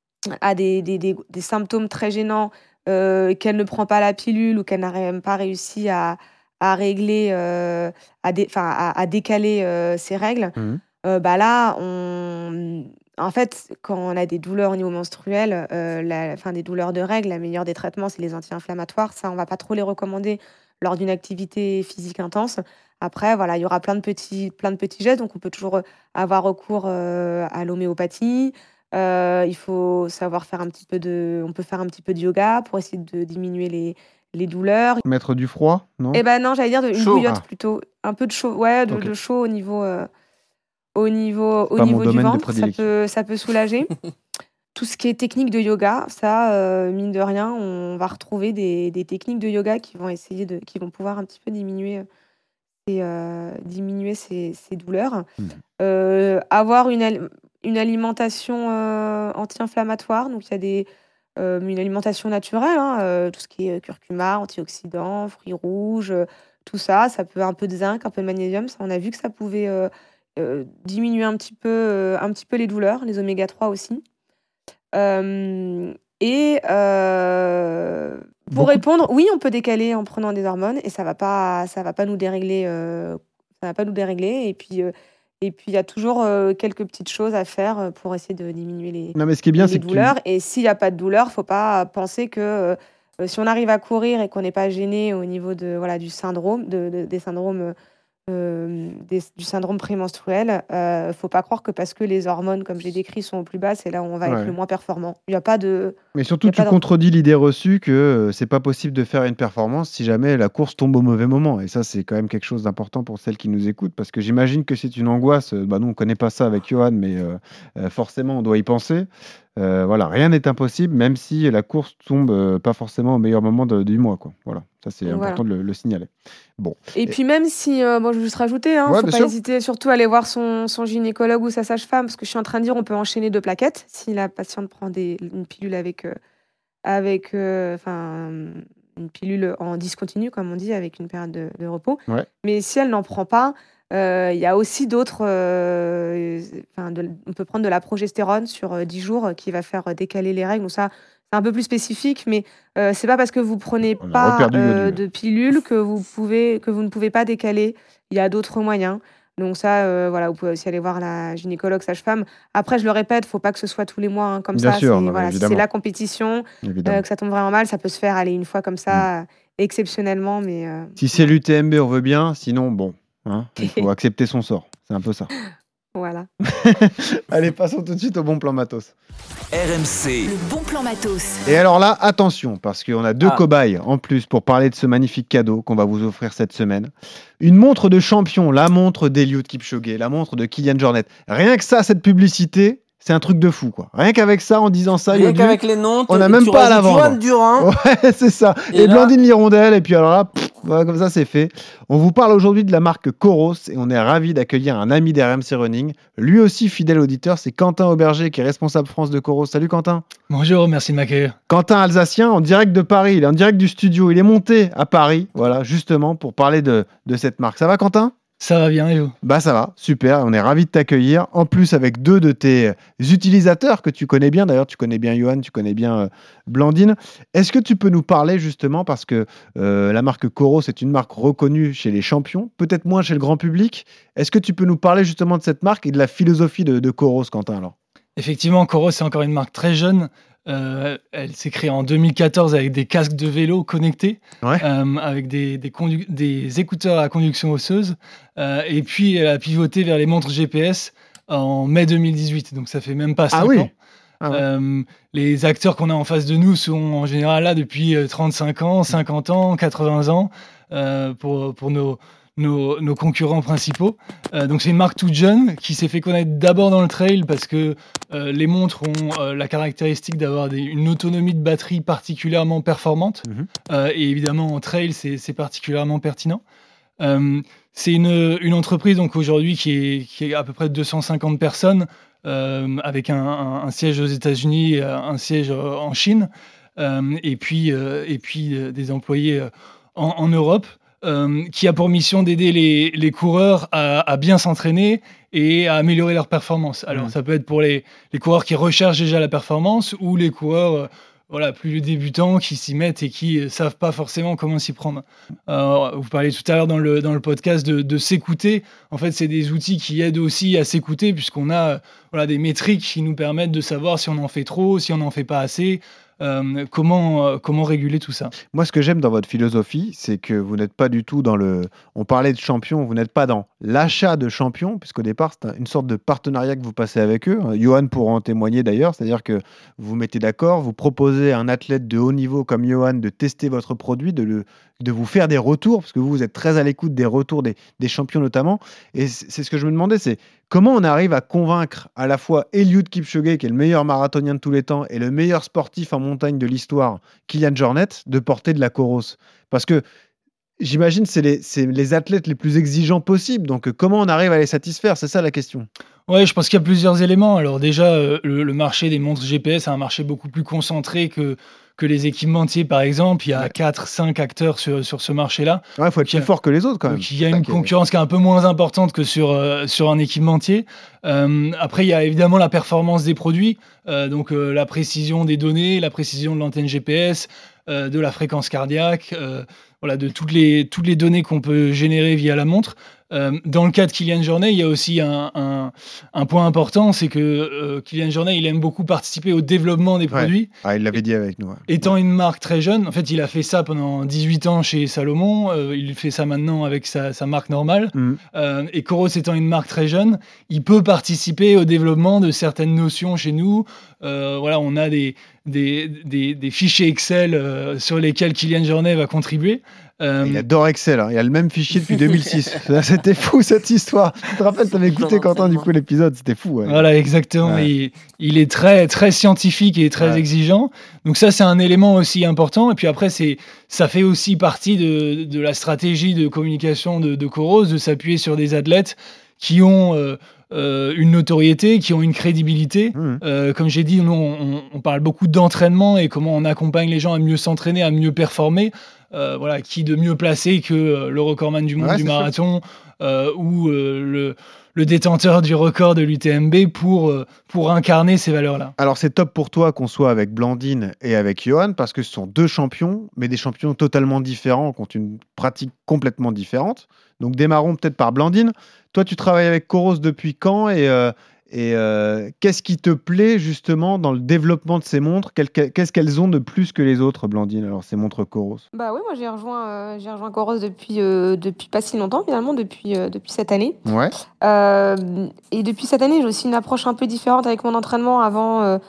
a des, des, des, des symptômes très gênants, euh, qu'elle ne prend pas la pilule ou qu'elle n'a même pas réussi à, à régler, euh, à, dé- enfin, à, à décaler euh, ses règles, Mhm. euh, bah là, on... en fait, quand on a des douleurs au niveau menstruel, euh, la... enfin, des douleurs de règles, la meilleure des traitements, c'est les anti-inflammatoires. Ça, on va pas trop les recommander lors d'une activité physique intense. Après, voilà, il y aura plein de petits, plein de petits gestes, donc on peut toujours avoir recours euh, à l'homéopathie. Euh, il faut savoir faire un petit peu de, on peut faire un petit peu de yoga pour essayer de diminuer les, les douleurs. Mettre du froid, non? Eh ben non, j'allais dire de- une Chaud. bouillotte Ah, plutôt, un peu de chaud, ouais, de, ok. de chaud au niveau, euh, au niveau, au Pas mon niveau du domaine de ventre, ça prédilection. peut, ça peut soulager. Tout ce qui est technique de yoga, ça, euh, mine de rien, on va retrouver des, des techniques de yoga qui vont essayer de, qui vont pouvoir un petit peu diminuer, euh, ces, euh, diminuer ces, ces douleurs. Mhm. Euh, avoir une, al- une alimentation euh, anti-inflammatoire, donc il y a des, euh, une alimentation naturelle, hein, euh, tout ce qui est curcuma, antioxydants, fruits rouges, euh, tout ça, ça peut un peu de zinc, un peu de magnésium, ça, on a vu que ça pouvait euh, euh, diminuer un petit peu, euh, un petit peu les douleurs, les oméga trois aussi. Euh, et euh, pour Beaucoup- répondre, oui, on peut décaler en prenant des hormones et ça va pas, ça va pas nous dérégler, euh, ça va pas nous dérégler. Et puis, euh, et puis il y a toujours euh, quelques petites choses à faire euh, pour essayer de diminuer les, Non, mais ce qui est bien, les c'est que tu... douleurs. Et s'il n'y a pas de douleur, faut pas penser que euh, euh, si on arrive à courir et qu'on n'est pas gêné au niveau de voilà du syndrome, de, de- des syndromes euh, des- du syndrome prémenstruel, euh, faut pas croire que parce que les hormones, comme j'ai décrit, sont au plus bas, c'est là où on va Ouais. être le moins performant. Il n'y a pas de. Mais surtout, Y a tu pas de- contredis l'idée reçue que euh, c'est pas possible de faire une performance si jamais la course tombe au mauvais moment. Et ça, c'est quand même quelque chose d'important pour celles qui nous écoutent, parce que j'imagine que c'est une angoisse. Euh, Bah, nous, on connaît pas ça avec Johan, mais euh, euh, forcément, on doit y penser. Euh, voilà, rien n'est impossible, même si la course tombe euh, pas forcément au meilleur moment de- du mois, quoi. Voilà, ça c'est Voilà. important de le, le signaler. Bon, Et Et- puis même si, euh, bon, je vais juste rajouter, hein, Ouais, faut bien pas sûr. hésiter surtout à aller voir son, son gynécologue ou sa sage-femme, parce que je suis en train de dire on peut enchaîner deux plaquettes si la patiente prend des, une pilule avec, euh, avec, euh, enfin, une pilule en discontinu, comme on dit, avec une période de, de repos. Ouais. Mais si elle n'en prend pas, euh, il y a aussi d'autres. euh, Enfin, de- on peut prendre de la progestérone sur euh, dix jours euh, qui va faire euh, décaler les règles. Donc ça, c'est un peu plus spécifique, mais euh, c'est pas parce que vous prenez On a pas reperdu euh, Yodu. de pilule que vous pouvez que vous ne pouvez pas décaler. Il y a d'autres moyens. Donc ça, euh, voilà, vous pouvez aussi aller voir la gynécologue, sage-femme. Après, je le répète, faut pas que ce soit tous les mois hein, comme Bien ça. sûr, C'est- non, mais voilà, si c'est évidemment. la compétition, évidemment. euh, que ça tombe vraiment mal, ça peut se faire aller une fois comme ça, euh, exceptionnellement, mais euh, Si c'est l'U T M B, on veut bien, sinon, bon, hein, il faut accepter son sort. C'est un peu ça. voilà. Allez, passons tout de suite au bon plan matos. R M C. Le bon plan matos. Et alors là, attention, parce qu'on a deux Ah. cobayes en plus pour parler de ce magnifique cadeau qu'on va vous offrir cette semaine. Une montre de champion, la montre d'Eliud Kipchoge, la montre de Kylian Jornet. Rien que ça, cette publicité, c'est un truc de fou, quoi. Rien qu'avec ça, en disant ça, Rien Yodu, qu'avec les noms, on tu- n'a même tu pas à la rajoutes vendre. Johan Durin. Ouais, c'est ça. Et, Et là- Blandine Lirondelle, et puis alors là, pff, voilà, comme ça, c'est fait. On vous parle aujourd'hui de la marque Coros et on est ravis d'accueillir un ami d'R M C Running, lui aussi fidèle auditeur, c'est Quentin Auberger qui est responsable France de Coros. Salut Quentin. Bonjour, merci de m'accueillir. Quentin Alsacien, en direct de Paris, il est en direct du studio, il est monté à Paris, voilà, justement pour parler de, de cette marque. Ça va Quentin ? Ça va bien et vous ? Bah ça va, super, on est ravis de t'accueillir. En plus avec deux de tes utilisateurs que tu connais bien, d'ailleurs tu connais bien Johan, tu connais bien euh, Blandine. Est-ce que tu peux nous parler justement, parce que euh, la marque Coros c'est une marque reconnue chez les champions, peut-être moins chez le grand public. Est-ce que tu peux nous parler justement de cette marque et de la philosophie de, de Coros, Quentin alors ? Effectivement, Coros c'est encore une marque très jeune. Euh, elle s'est créée en deux mille quatorze avec des casques de vélo connectés, Ouais. euh, avec des, des, condu- des écouteurs à conduction osseuse. Euh, et puis, elle a pivoté vers les montres G P S en mai deux mille dix-huit. Donc, ça fait même pas cinq Ah oui. ans. Ah ouais. Euh, les acteurs qu'on a en face de nous sont en général là depuis euh, trente-cinq ans, cinquante ans, quatre-vingts ans euh, pour, pour nos, nos, nos concurrents principaux. Euh, donc c'est une marque toute jeune qui s'est fait connaître d'abord dans le trail parce que euh, les montres ont euh, la caractéristique d'avoir des- une autonomie de batterie particulièrement performante. Mhm. Euh, et évidemment en trail c'est c'est particulièrement pertinent. Euh, c'est une, une entreprise donc aujourd'hui qui est, qui est à peu près deux cent cinquante personnes euh, avec un, un- un siège aux États-Unis, et un siège euh, en Chine, euh, et puis, euh, et puis euh, des employés euh, en, en Europe, euh, qui a pour mission d'aider les, les coureurs à, à bien s'entraîner et à améliorer leur performance. Alors Mhm. ça peut être pour les, les coureurs qui recherchent déjà la performance ou les coureurs euh, voilà, plus débutants qui s'y mettent et qui ne savent pas forcément comment s'y prendre. Euh, vous parliez tout à l'heure dans le, dans le podcast de, de s'écouter. En fait, c'est des outils qui aident aussi à s'écouter puisqu'on a euh, voilà, des métriques qui nous permettent de savoir si on en fait trop, si on n'en fait pas assez. Euh, comment, euh, comment réguler tout ça? Moi, ce que j'aime dans votre philosophie, c'est que vous n'êtes pas du tout dans le. On parlait de champion, vous n'êtes pas dans l'achat de champions, puisqu'au départ, c'est un- une sorte de partenariat que vous passez avec eux. Johan pourra en témoigner d'ailleurs, c'est-à-dire que vous vous mettez d'accord, vous proposez à un athlète de haut niveau comme Johan de tester votre produit, de, le, de vous faire des retours, parce que vous, vous êtes très à l'écoute des retours des, des champions notamment. Et c'est c'est ce que je me demandais, c'est comment on arrive à convaincre à la fois Eliud Kipchoge, qui est le meilleur marathonien de tous les temps, et le meilleur sportif en montagne de l'histoire, Kylian Jornet, de porter de la Coros. Parce que j'imagine que c'est les, c'est les athlètes les plus exigeants possibles. Donc, euh, comment on arrive à les satisfaire? C'est ça la question. Ouais, je pense qu'il y a plusieurs éléments. Alors déjà, euh, le, le marché des montres G P S est un marché beaucoup plus concentré que, que les équipementiers, par exemple. Il y a Ouais. quatre cinq acteurs sur, sur ce marché-là. Il ouais, faut être Donc, il y a- plus fort que les autres quand même. Donc il y a C'est ça une qui est- concurrence qui est un peu moins importante que sur, euh, sur un équipementier. Euh, après, il y a évidemment la performance des produits, euh, donc euh, la précision des données, la précision de l'antenne G P S, euh, de la fréquence cardiaque, euh, voilà, de toutes les, toutes les données qu'on peut générer via la montre. Euh, dans le cas de Kylian Jornet, il y a aussi un, un, un point important, c'est que euh, Kylian Jornet, il aime beaucoup participer au développement des Ouais. produits. Ah, il l'avait dit avec nous. ouais. Étant une marque très jeune, en fait, il a fait ça pendant dix-huit ans chez Salomon. euh, il fait ça maintenant avec sa, sa marque normale. Mhm. Euh, et Coros étant une marque très jeune, il peut participer au développement de certaines notions chez nous. Euh, voilà, on a des, des, des, des fichiers Excel euh, sur lesquels Kylian Jornet va contribuer. Euh, Il adore Excel. hein. Il a le même fichier depuis deux mille six. Ça, C'était fou cette histoire. Tu te rappelles, t'avais écouté Quentin du coup l'épisode. C'était fou. ouais. Voilà, exactement. Ouais. Il, il est très, très scientifique et très Ouais. exigeant. Donc ça, c'est un élément aussi important. Et puis après, c'est, ça fait aussi partie de, de la stratégie de communication de, de Coros, de s'appuyer sur des athlètes qui ont euh, euh, une notoriété, qui ont une crédibilité. Mhm. Euh, comme j'ai dit, nous, on, on parle beaucoup d'entraînement et comment on accompagne les gens à mieux s'entraîner, à mieux performer. Euh, voilà, qui de mieux placé que euh, le recordman du monde Ouais, du c'est sûr. marathon euh, ou euh, le, le détenteur du record de l'U T M B pour, euh, pour incarner ces valeurs-là. Alors c'est top pour toi qu'on soit avec Blandine et avec Johan parce que ce sont deux champions, mais des champions totalement différents, qui ont une pratique complètement différente. Donc démarrons peut-être par Blandine. Toi, tu travailles avec Coros depuis quand et, euh, et euh, qu'est-ce qui te plaît justement dans le développement de ces montres? Quel- quel- Qu'est-ce qu'elles ont de plus que les autres, Blandine, alors ces montres Coros? Bah oui, moi j'ai rejoint, euh, j'ai rejoint Coros depuis, euh, depuis pas si longtemps finalement, depuis, euh, depuis cette année. Ouais. Euh, et depuis cette année, j'ai aussi une approche un peu différente avec mon entraînement. Avant, euh,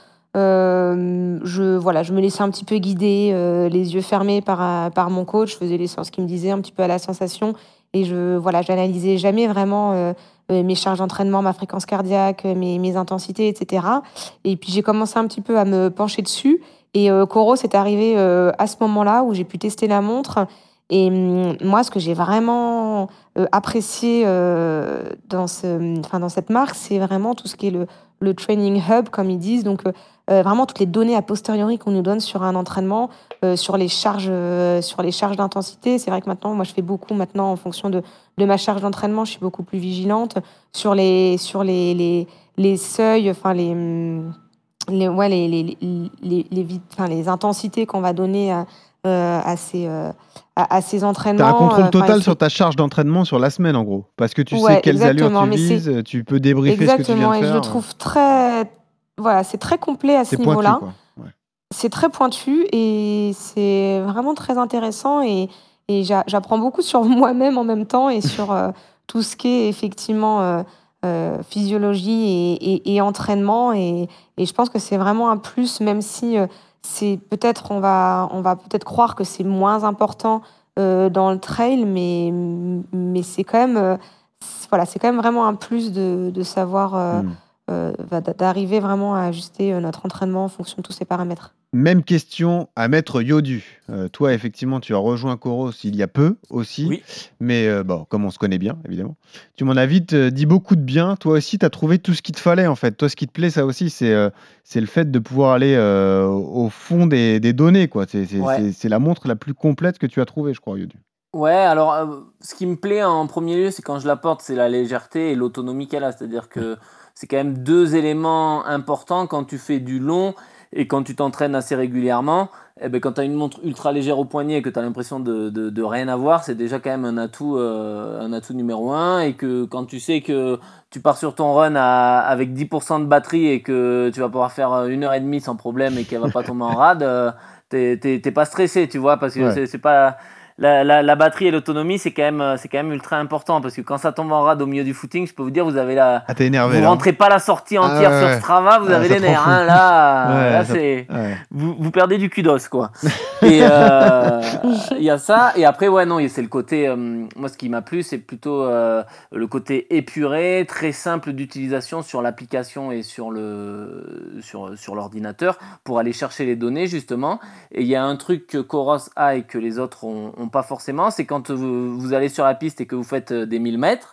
euh, je, voilà, je me laissais un petit peu guider, euh, les yeux fermés par, euh, par mon coach. Je faisais les séances qu'il me disait un petit peu à la sensation. Et je voilà, j'analysais jamais vraiment euh, euh, mes charges d'entraînement, ma fréquence cardiaque, euh, mes, mes intensités, et cetera. Et puis j'ai commencé un petit peu à me pencher dessus. Et euh, Coros est arrivé euh, à ce moment-là où j'ai pu tester la montre. Et hum, moi, ce que j'ai vraiment euh, apprécié euh, dans, ce, enfin, dans cette marque, c'est vraiment tout ce qui est le, le training hub, comme ils disent. Donc, euh, euh, vraiment toutes les données a posteriori qu'on nous donne sur un entraînement, euh, sur les charges, euh, sur les charges d'intensité. C'est vrai que maintenant, moi, je fais beaucoup maintenant en fonction de, de ma charge d'entraînement. Je suis beaucoup plus vigilante sur les, sur les, les, les seuils, enfin les, hum, les, ouais, les, les, les, les, les, vit- enfin, les intensités qu'on va donner à, euh, à ces, euh, à, à ces entraînements. Tu as un contrôle euh, enfin, total c'est- sur ta charge d'entraînement sur la semaine en gros. Parce que tu sais Ouais, quelles allures exactement, tu mais c'est- vises, tu peux débriefer ce que tu viens Exactement, de et faire. je le trouve très, voilà, c'est très complet à ce C'est pointu niveau-là. quoi. Ouais. C'est très pointu et c'est vraiment très intéressant et, et j'a- j'apprends beaucoup sur moi-même en même temps et sur euh, tout ce qui est effectivement euh, euh, physiologie et, et- et entraînement et, et je pense que c'est vraiment un plus même si euh, c'est peut-être on va on va peut-être croire que c'est moins important euh, dans le trail mais mais c'est quand même euh, c'est- voilà c'est quand même vraiment un plus de, de savoir euh, Mm. euh, va- d'arriver vraiment à ajuster euh, notre entraînement en fonction de tous ces paramètres. Même question à Maître Yodu. Euh, toi, effectivement, tu as rejoint Coros il y a peu aussi. Oui. Mais euh, bon, comme on se connaît bien, évidemment. Tu m'en as vite euh, dit beaucoup de bien. Toi aussi, tu as trouvé tout ce qu'il te fallait, en fait. Toi, ce qui te plaît, ça aussi, c'est euh, c'est le fait de pouvoir aller euh, au fond des, des données, quoi. C'est c'est- Ouais. c'est- c'est la montre la plus complète que tu as trouvée, je crois, Yodu. Ouais, alors euh, ce qui me plaît en premier lieu, c'est quand je la porte, c'est la légèreté et l'autonomie qu'elle a. C'est-à-dire que c'est quand même deux éléments importants quand tu fais du long. et quand tu t'entraînes assez régulièrement, eh ben, quand tu as une montre ultra légère au poignet et que tu as l'impression de, de, de rien avoir, c'est déjà quand même un atout, euh, un atout numéro un. Et que quand tu sais que tu pars sur ton run à, avec dix pour cent de batterie et que tu vas pouvoir faire une heure et demie sans problème et qu'elle va pas tomber en rade, euh, t'es, t'es, t'es pas stressé, tu vois, parce que Ouais. c'est, c'est pas... La, la, la batterie et l'autonomie, c'est quand, même, c'est quand même ultra important parce que quand ça tombe en rade au milieu du footing, je peux vous dire, vous avez la. Ah, t'es énervé Vous là. rentrez pas la sortie entière Ah, ouais, ouais. sur Strava, vous Ah, avez ça les te rend nerfs. fou. Hein, là, Ouais, là ça- c'est. ouais. Vous, vous perdez du kudos, quoi. Et euh, il y a ça. Et après, ouais, non, c'est le côté. Euh, moi, ce qui m'a plu, c'est plutôt euh, le côté épuré, très simple d'utilisation sur l'application et sur, le, sur, sur l'ordinateur pour aller chercher les données, justement. Et il y a un truc que Coros a et que les autres ont, ont pas forcément, c'est quand vous, vous allez sur la piste et que vous faites des mille mètres,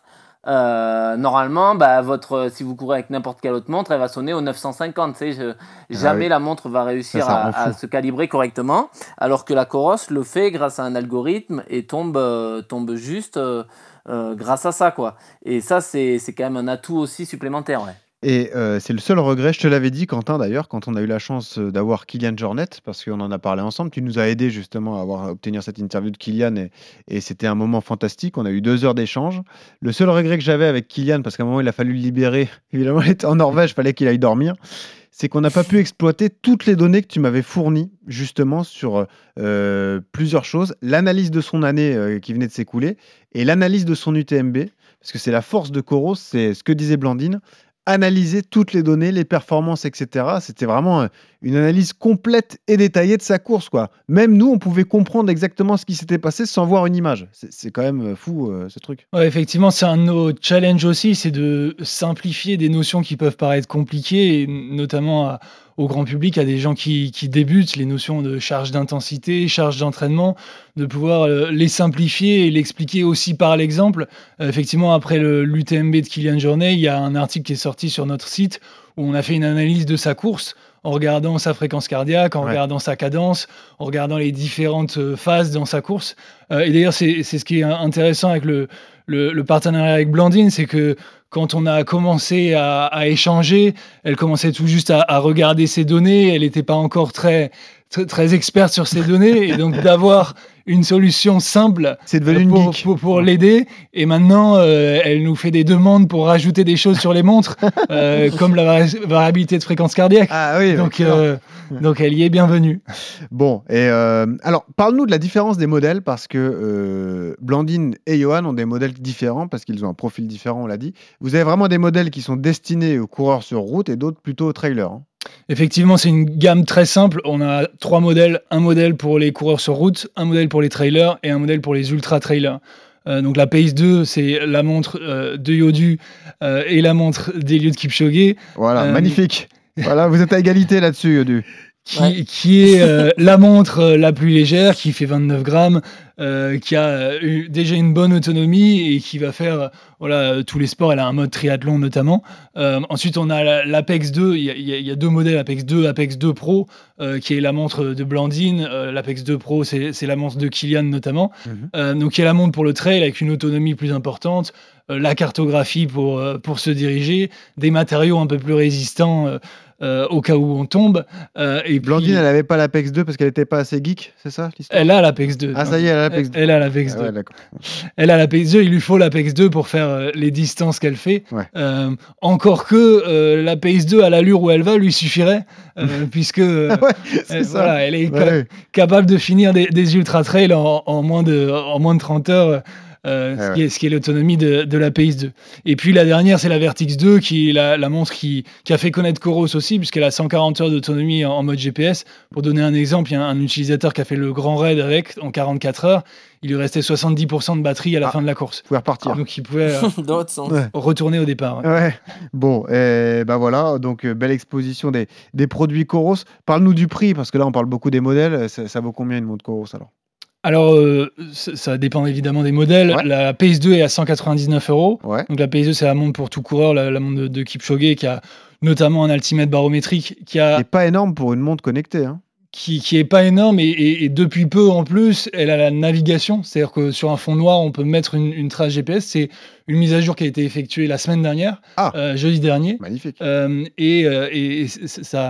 euh, normalement, bah, votre, si vous courez avec n'importe quelle autre montre, elle va sonner au neuf cent cinquante. Tu sais, je, jamais oui. la montre va réussir Ça, ça à, rend fou. à se calibrer correctement, alors que la Coros le fait grâce à un algorithme et tombe, euh, tombe juste euh, euh, grâce à ça, quoi. Et ça, c'est, c'est quand même un atout aussi supplémentaire, ouais. Et euh, c'est le seul regret, je te l'avais dit, Quentin, d'ailleurs, quand on a eu la chance euh, d'avoir Kylian Jornet, parce qu'on en a parlé ensemble. Tu nous as aidé justement à, avoir, à obtenir cette interview de Kylian et, et c'était un moment fantastique. On a eu deux heures d'échange. Le seul regret que j'avais avec Kylian, parce qu'à un moment il a fallu le libérer, évidemment il était en Norvège, il fallait qu'il aille dormir, c'est qu'on n'a pas pu exploiter toutes les données que tu m'avais fournies justement sur euh, plusieurs choses. L'analyse de son année euh, qui venait de s'écouler et l'analyse de son U T M B, parce que c'est la force de Coros, c'est ce que disait Blandine. Analyser toutes les données, les performances, et cetera. C'était vraiment euh, une analyse complète et détaillée de sa course, quoi. Même nous, on pouvait comprendre exactement ce qui s'était passé sans voir une image. C'est, c'est quand même euh, fou, euh, ce truc. Ouais, effectivement, c'est un de nos challenges aussi, c'est de simplifier des notions qui peuvent paraître compliquées, et notamment à- au grand public, à des gens qui, qui débutent, les notions de charge d'intensité, charge d'entraînement, de pouvoir euh, les simplifier et l'expliquer aussi par l'exemple. Euh, effectivement, après le, l'U T M B de Kylian Jornet, il y a un article qui est sorti sur notre site où on a fait une analyse de sa course en regardant sa fréquence cardiaque, en Ouais. regardant sa cadence, en regardant les différentes euh, phases dans sa course. Euh, et d'ailleurs, c'est, c'est ce qui est intéressant avec le, le, le partenariat avec Blandine, c'est que quand on a commencé à, à échanger, elle commençait tout juste à, à regarder ses données, elle n'était pas encore très, très, très experte sur ces données, et donc d'avoir une solution simple C'est devenu euh, une pour, geek. pour, pour l'aider, et maintenant euh, elle nous fait des demandes pour rajouter des choses sur les montres, euh, comme la vari- variabilité de fréquence cardiaque. Ah oui, Donc, excellent. euh, donc elle y est bienvenue. Bon, et euh, alors, parle-nous de la différence des modèles, parce que euh, Blandine et Johan ont des modèles différents, parce qu'ils ont un profil différent, on l'a dit. Vous avez vraiment des modèles qui sont destinés aux coureurs sur route et d'autres plutôt aux trailers. Hein. Effectivement, c'est une gamme très simple. On a trois modèles. Un modèle pour les coureurs sur route, un modèle pour les trailers et un modèle pour les ultra-trailers. Euh, donc la Pace deux, c'est la montre euh, de Yodu euh, et la montre d'Eliud Kipchoge. Voilà, Euh, magnifique. Voilà, vous êtes à égalité là-dessus, Yodu. Qui, Ouais. qui est euh, la montre euh, la plus légère, qui fait vingt-neuf grammes, euh, qui a euh, eu déjà une bonne autonomie et qui va faire euh, voilà, euh, tous les sports. Elle a un mode triathlon notamment. Euh, ensuite, on a la- l'Apex deux. Il y, a- il y a- il y a deux modèles, Apex deux, Apex deux Pro, euh, qui est la montre de Blandine. Euh, L'Apex deux Pro, c'est c'est la montre de Kylian notamment. Mhm. Euh, donc, il y a la montre pour le trail avec une autonomie plus importante, euh, la cartographie pour, euh, pour se diriger, des matériaux un peu plus résistants euh, euh, au cas où on tombe. Euh, et Blandine, puis, elle n'avait pas l'Apex deux parce qu'elle n'était pas assez geek, c'est ça l'histoire? elle a l'Apex deux. Ah, ça y est, elle a l'Apex deux. Elle a l'Apex Ah deux. ouais, d'accord. Elle a l'Apex deux, il lui faut l'Apex deux pour faire euh, les distances qu'elle fait. Ouais. Euh, encore que euh, l'Apex deux, à l'allure où elle va, lui suffirait, euh, puisque euh, Ah ouais, c'est euh, ça. voilà, elle est Ouais, ca- ouais. capable de finir des, des ultra-trails en, en, moins de, en moins de trente heures. Euh, Ah ce, ouais. qui est, ce qui est l'autonomie de, de la Pace deux. Et puis la dernière, c'est la Vertix deux, qui est la, la montre qui, qui a fait connaître Coros aussi, puisqu'elle a cent quarante heures d'autonomie en, en mode G P S. Pour donner un exemple, il y a un, un utilisateur qui a fait le grand raid avec en quarante-quatre heures. Il lui restait soixante-dix pour cent de batterie à la Ah. fin de la course. Vous pouvez repartir. Donc il pouvait euh, Dans l'autre sens. Ouais. retourner au départ. ouais. Ouais. Bon, et ben voilà, donc euh, belle exposition des, des produits Coros. Parle-nous du prix, parce que là on parle beaucoup des modèles. Ça, ça vaut combien une montre Coros alors? Alors, euh, ça, ça dépend évidemment des modèles. Ouais. La Pace deux est à cent quatre-vingt-dix-neuf euros. Ouais. Donc la Pace deux, c'est la montre pour tout coureur, la, la montre de, de Kipchoge, qui a notamment un altimètre barométrique, qui a C'est pas énorme pour une montre connectée. Hein. qui, qui est pas énorme et, et- et depuis peu en plus, elle a la navigation, c'est-à-dire que sur un fond noir, on peut mettre une, une trace G P S. C'est une mise à jour qui a été effectuée la semaine dernière, Ah. euh, jeudi dernier. Magnifique. Euh, et, euh, et- et c- c- ça,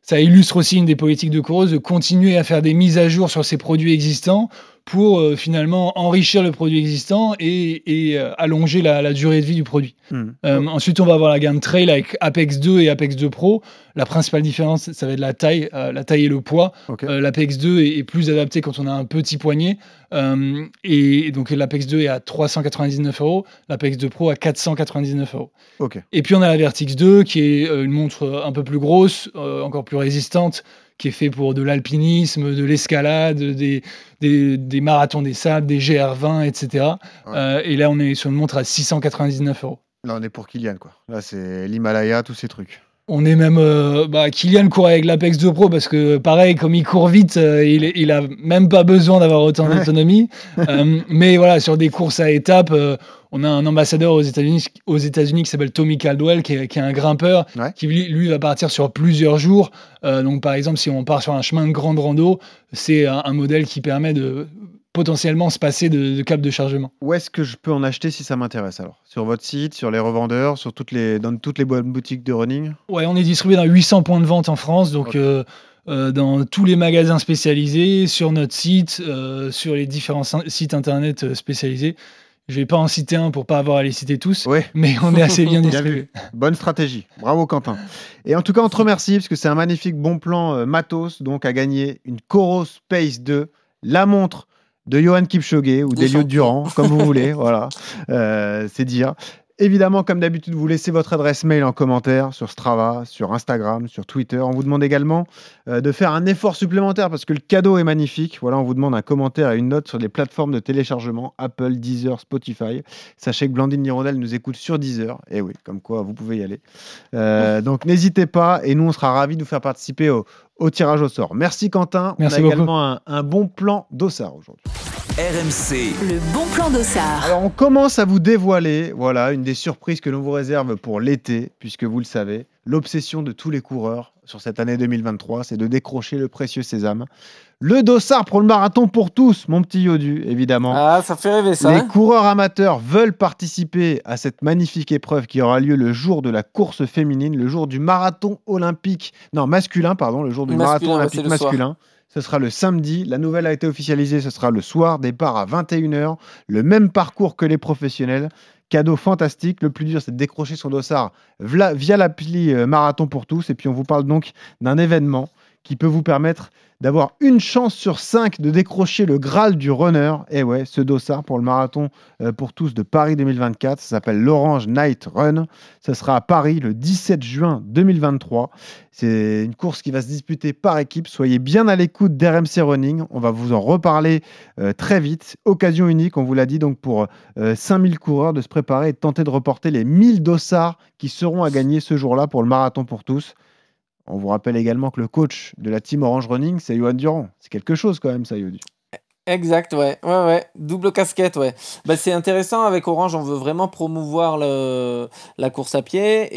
ça illustre aussi une des politiques de Coros de continuer à faire des mises à jour sur ces produits existants pour euh, finalement enrichir le produit existant et, et euh, allonger la, la durée de vie du produit. Mmh. Euh, oh. Ensuite, on va avoir la gamme Trail avec Apex deux et Apex deux Pro. La principale différence, ça va être la taille, euh, la taille et le poids. Okay. Euh, L'Apex deux est, est plus adapté quand on a un petit poignet. Euh, et, et donc, l'Apex deux est à trois cent quatre-vingt-dix-neuf euros, l'Apex deux Pro à quatre cent quatre-vingt-dix-neuf euros. Okay. Et puis, on a la Vertix deux qui est euh, une montre un peu plus grosse, euh, encore plus résistante, qui est fait pour de l'alpinisme, de l'escalade, des, des, des marathons des sables, des G R vingt, et cetera. Ouais. Euh, et là, on est sur une montre à six cent quatre-vingt-dix-neuf euros. Là, on est pour Kylian, quoi. Là, c'est l'Himalaya, tous ces trucs. On est même... Euh, bah, Kylian court avec l'Apex deux Pro parce que, pareil, comme il court vite, euh, il, il a même pas besoin d'avoir autant ouais. d'autonomie. euh, mais voilà, sur des courses à étapes... Euh, on a un ambassadeur aux États-Unis, aux États-Unis qui s'appelle Tommy Caldwell, qui est, qui est un grimpeur, ouais. qui lui, lui va partir sur plusieurs jours. Euh, donc, par exemple, si on part sur un chemin de grande rando, c'est un, un modèle qui permet de potentiellement se passer de, de câble de chargement. Où est-ce que je peux en acheter si ça m'intéresse alors ? Sur votre site, sur les revendeurs, sur toutes les, dans toutes les bonnes boutiques de running ? Ouais, on est distribué dans huit cents points de vente en France, donc okay. euh, euh, dans tous les magasins spécialisés, sur notre site, euh, sur les différents sites internet spécialisés. Je ne vais pas en citer un pour ne pas avoir à les citer tous, ouais. mais on est assez bien distribué. Bonne stratégie. Bravo Quentin. Et en tout cas, on te remercie parce que c'est un magnifique bon plan euh, matos, donc à gagner une Coros Pace deux, la montre de Johan Kipchoge ou d'Eliott Durand, comme vous voulez. Voilà, euh, c'est dire. Évidemment, comme d'habitude, vous laissez votre adresse mail en commentaire sur Strava, sur Instagram, sur Twitter. On vous demande également euh, de faire un effort supplémentaire parce que le cadeau est magnifique. Voilà, on vous demande un commentaire et une note sur les plateformes de téléchargement Apple, Deezer, Spotify. Sachez que Blandine Hirondelle nous écoute sur Deezer. Et oui, comme quoi, vous pouvez y aller. Euh, donc, n'hésitez pas et nous, on sera ravis de vous faire participer au, au tirage au sort. Merci Quentin. Merci on a beaucoup. également un, un bon plan Dossard aujourd'hui. R M C, le bon plan Dossard. Alors, on commence à vous dévoiler, voilà, une des surprises que l'on vous réserve pour l'été, puisque vous le savez, l'obsession de tous les coureurs sur cette année deux mille vingt-trois, c'est de décrocher le précieux sésame. Le Dossard pour le marathon pour tous, mon petit Yodu, évidemment. Ah, ça fait rêver ça. Les hein coureurs amateurs veulent participer à cette magnifique épreuve qui aura lieu le jour de la course féminine, le jour du marathon olympique, non, masculin, pardon, le jour du masculin, marathon olympique ouais, masculin. Soir. Ce sera le samedi. La nouvelle a été officialisée. Ce sera le soir. Départ à vingt et une heures. Le même parcours que les professionnels. Cadeau fantastique. Le plus dur, c'est de décrocher son dossard via l'appli Marathon pour tous. Et puis, on vous parle donc d'un événement qui peut vous permettre d'avoir une chance sur cinq de décrocher le Graal du runner. Et ouais, ce dossard pour le marathon euh, pour tous de Paris deux mille vingt-quatre, ça s'appelle l'Orange Night Run. Ça sera à Paris le dix-sept juin deux mille vingt-trois. C'est une course qui va se disputer par équipe. Soyez bien à l'écoute d'R M C Running. On va vous en reparler euh, très vite. Occasion unique, on vous l'a dit, donc pour euh, cinq mille coureurs de se préparer et de tenter de reporter les mille dossards qui seront à gagner ce jour-là pour le marathon pour tous. On vous rappelle également que le coach de la team Orange Running, c'est Johan Durand. C'est quelque chose quand même, ça, Yodu. Exact, ouais. ouais, ouais. Double casquette, ouais. Bah, c'est intéressant, avec Orange, on veut vraiment promouvoir le, la course à pied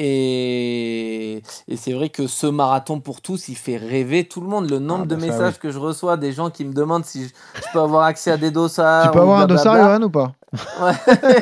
et, et c'est vrai que ce marathon pour tous, il fait rêver tout le monde. Le nombre ah, bah, de messages oui. que je reçois, des gens qui me demandent si je, je peux avoir accès à des dossards. Tu peux avoir un dossard, Johan, ou pas? Ouais.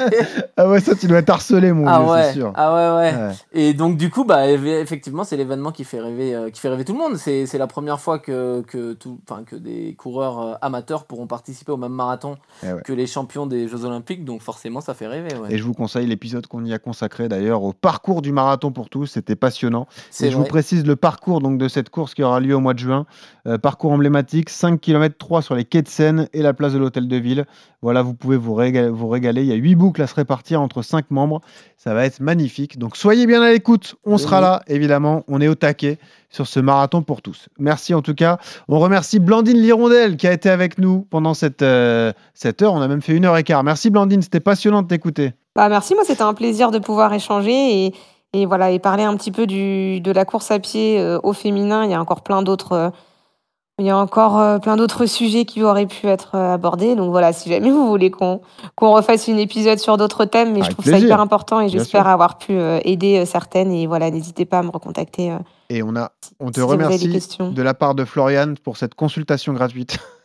Ah ouais, ça, tu dois être harcelé, mon ah vieux, ouais. c'est sûr. Ah ouais, ouais, ouais. Et donc, du coup, bah, effectivement, c'est l'événement qui fait rêver, euh, qui fait rêver tout le monde. C'est, c'est la première fois que, que, tout, que des coureurs euh, amateurs pourront participer au même marathon eh ouais. que les champions des Jeux Olympiques. Donc, forcément, ça fait rêver. Ouais. Et je vous conseille l'épisode qu'on y a consacré, d'ailleurs, au parcours du marathon pour tous. C'était passionnant. C'est et je vrai. vous précise le parcours donc, de cette course qui aura lieu au mois de juin. Euh, parcours emblématique, cinq kilomètres trois sur les quais de Seine et la place de l'Hôtel de Ville. Voilà, vous pouvez vous régaler. Vous régaler. Il y a huit boucles à se répartir entre cinq membres. Ça va être magnifique. Donc soyez bien à l'écoute. On oui. sera là, évidemment. On est au taquet sur ce marathon pour tous. Merci en tout cas. On remercie Blandine Hirondelle qui a été avec nous pendant cette, euh, cette heure. On a même fait une heure et quart. Merci Blandine, c'était passionnant de t'écouter. Bah, merci, moi c'était un plaisir de pouvoir échanger et, et, voilà, et parler un petit peu du, de la course à pied euh, au féminin. Il y a encore plein d'autres... Euh, Il y a encore euh, plein d'autres sujets qui auraient pu être euh, abordés. Donc voilà, si jamais vous voulez qu'on, qu'on refasse une épisode sur d'autres thèmes, mais Avec je trouve plaisir. ça hyper important et Bien j'espère sûr. avoir pu euh, aider euh, certaines. Et voilà, n'hésitez pas à me recontacter. Euh, et on, a, on te si remercie de la part de Florian pour cette consultation gratuite.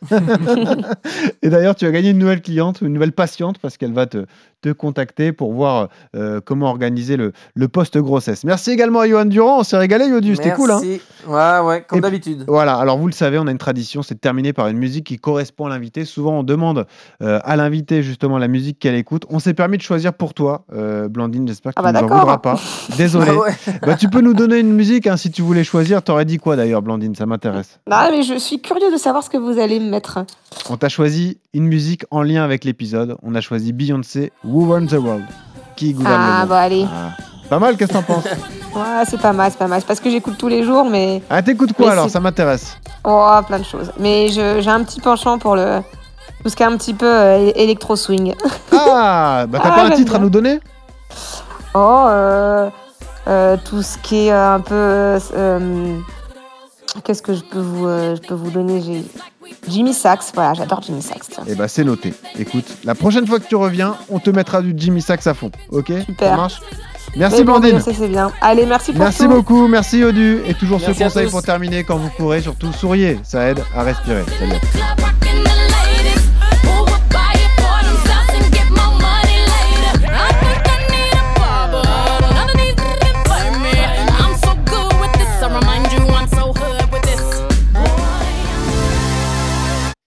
Et d'ailleurs, tu as gagné une nouvelle cliente, une nouvelle patiente, parce qu'elle va te, te contacter pour voir euh, comment organiser le, le post-grossesse. Merci également à Johan Durand. On s'est régalé, Yodu. C'était cool. Hein. Ouais, ouais, comme Et d'habitude. puis, voilà. Alors, vous le savez, on a une tradition, c'est de terminer par une musique qui correspond à l'invité. Souvent, on demande euh, à l'invité, justement, la musique qu'elle écoute. On s'est permis de choisir pour toi, euh, Blandine. J'espère que Ah bah tu ne nous en voudras d'accord. pas. Désolé. Ah ouais. Bah, tu peux nous donner une musique hein, si tu voulais choisir. T'aurais dit quoi d'ailleurs, Blandine? Ça m'intéresse. Non, mais je suis curieux de savoir ce que vous allez me mettre. On t'a choisi une musique en lien avec l'épisode. On a choisi Beyoncé, Who Runs the World. Qui gouverne le Ah monde. bah allez. Ah. Pas mal, qu'est-ce que t'en penses? Ouais, c'est pas mal, c'est pas mal. C'est parce que j'écoute tous les jours, mais... Ah, t'écoutes quoi Mais alors? c'est- Ça m'intéresse. Oh, plein de choses. Mais je- j'ai un petit penchant pour le... tout ce qui est un petit peu euh, électro-swing. Ah, bah t'as Ah, pas un j'aime titre à bien. nous donner? Oh, euh, euh, tout ce qui est un peu... euh, euh, qu'est-ce que je peux vous, euh, je peux vous donner? J'ai Jimmy Sax, voilà, j'adore Jimmy Sax. Tiens. Eh bah c'est noté. Écoute, la prochaine fois que tu reviens, on te mettra du Jimmy Sax à fond. Ok? Super. Ça marche? Merci Mais bon, Blandine. Beyoncé, c'est bien. Allez, merci pour Merci tout. beaucoup, merci Yodu. Et toujours Merci ce à conseil tous. pour terminer, quand vous courez, surtout souriez, ça aide à respirer. Salut.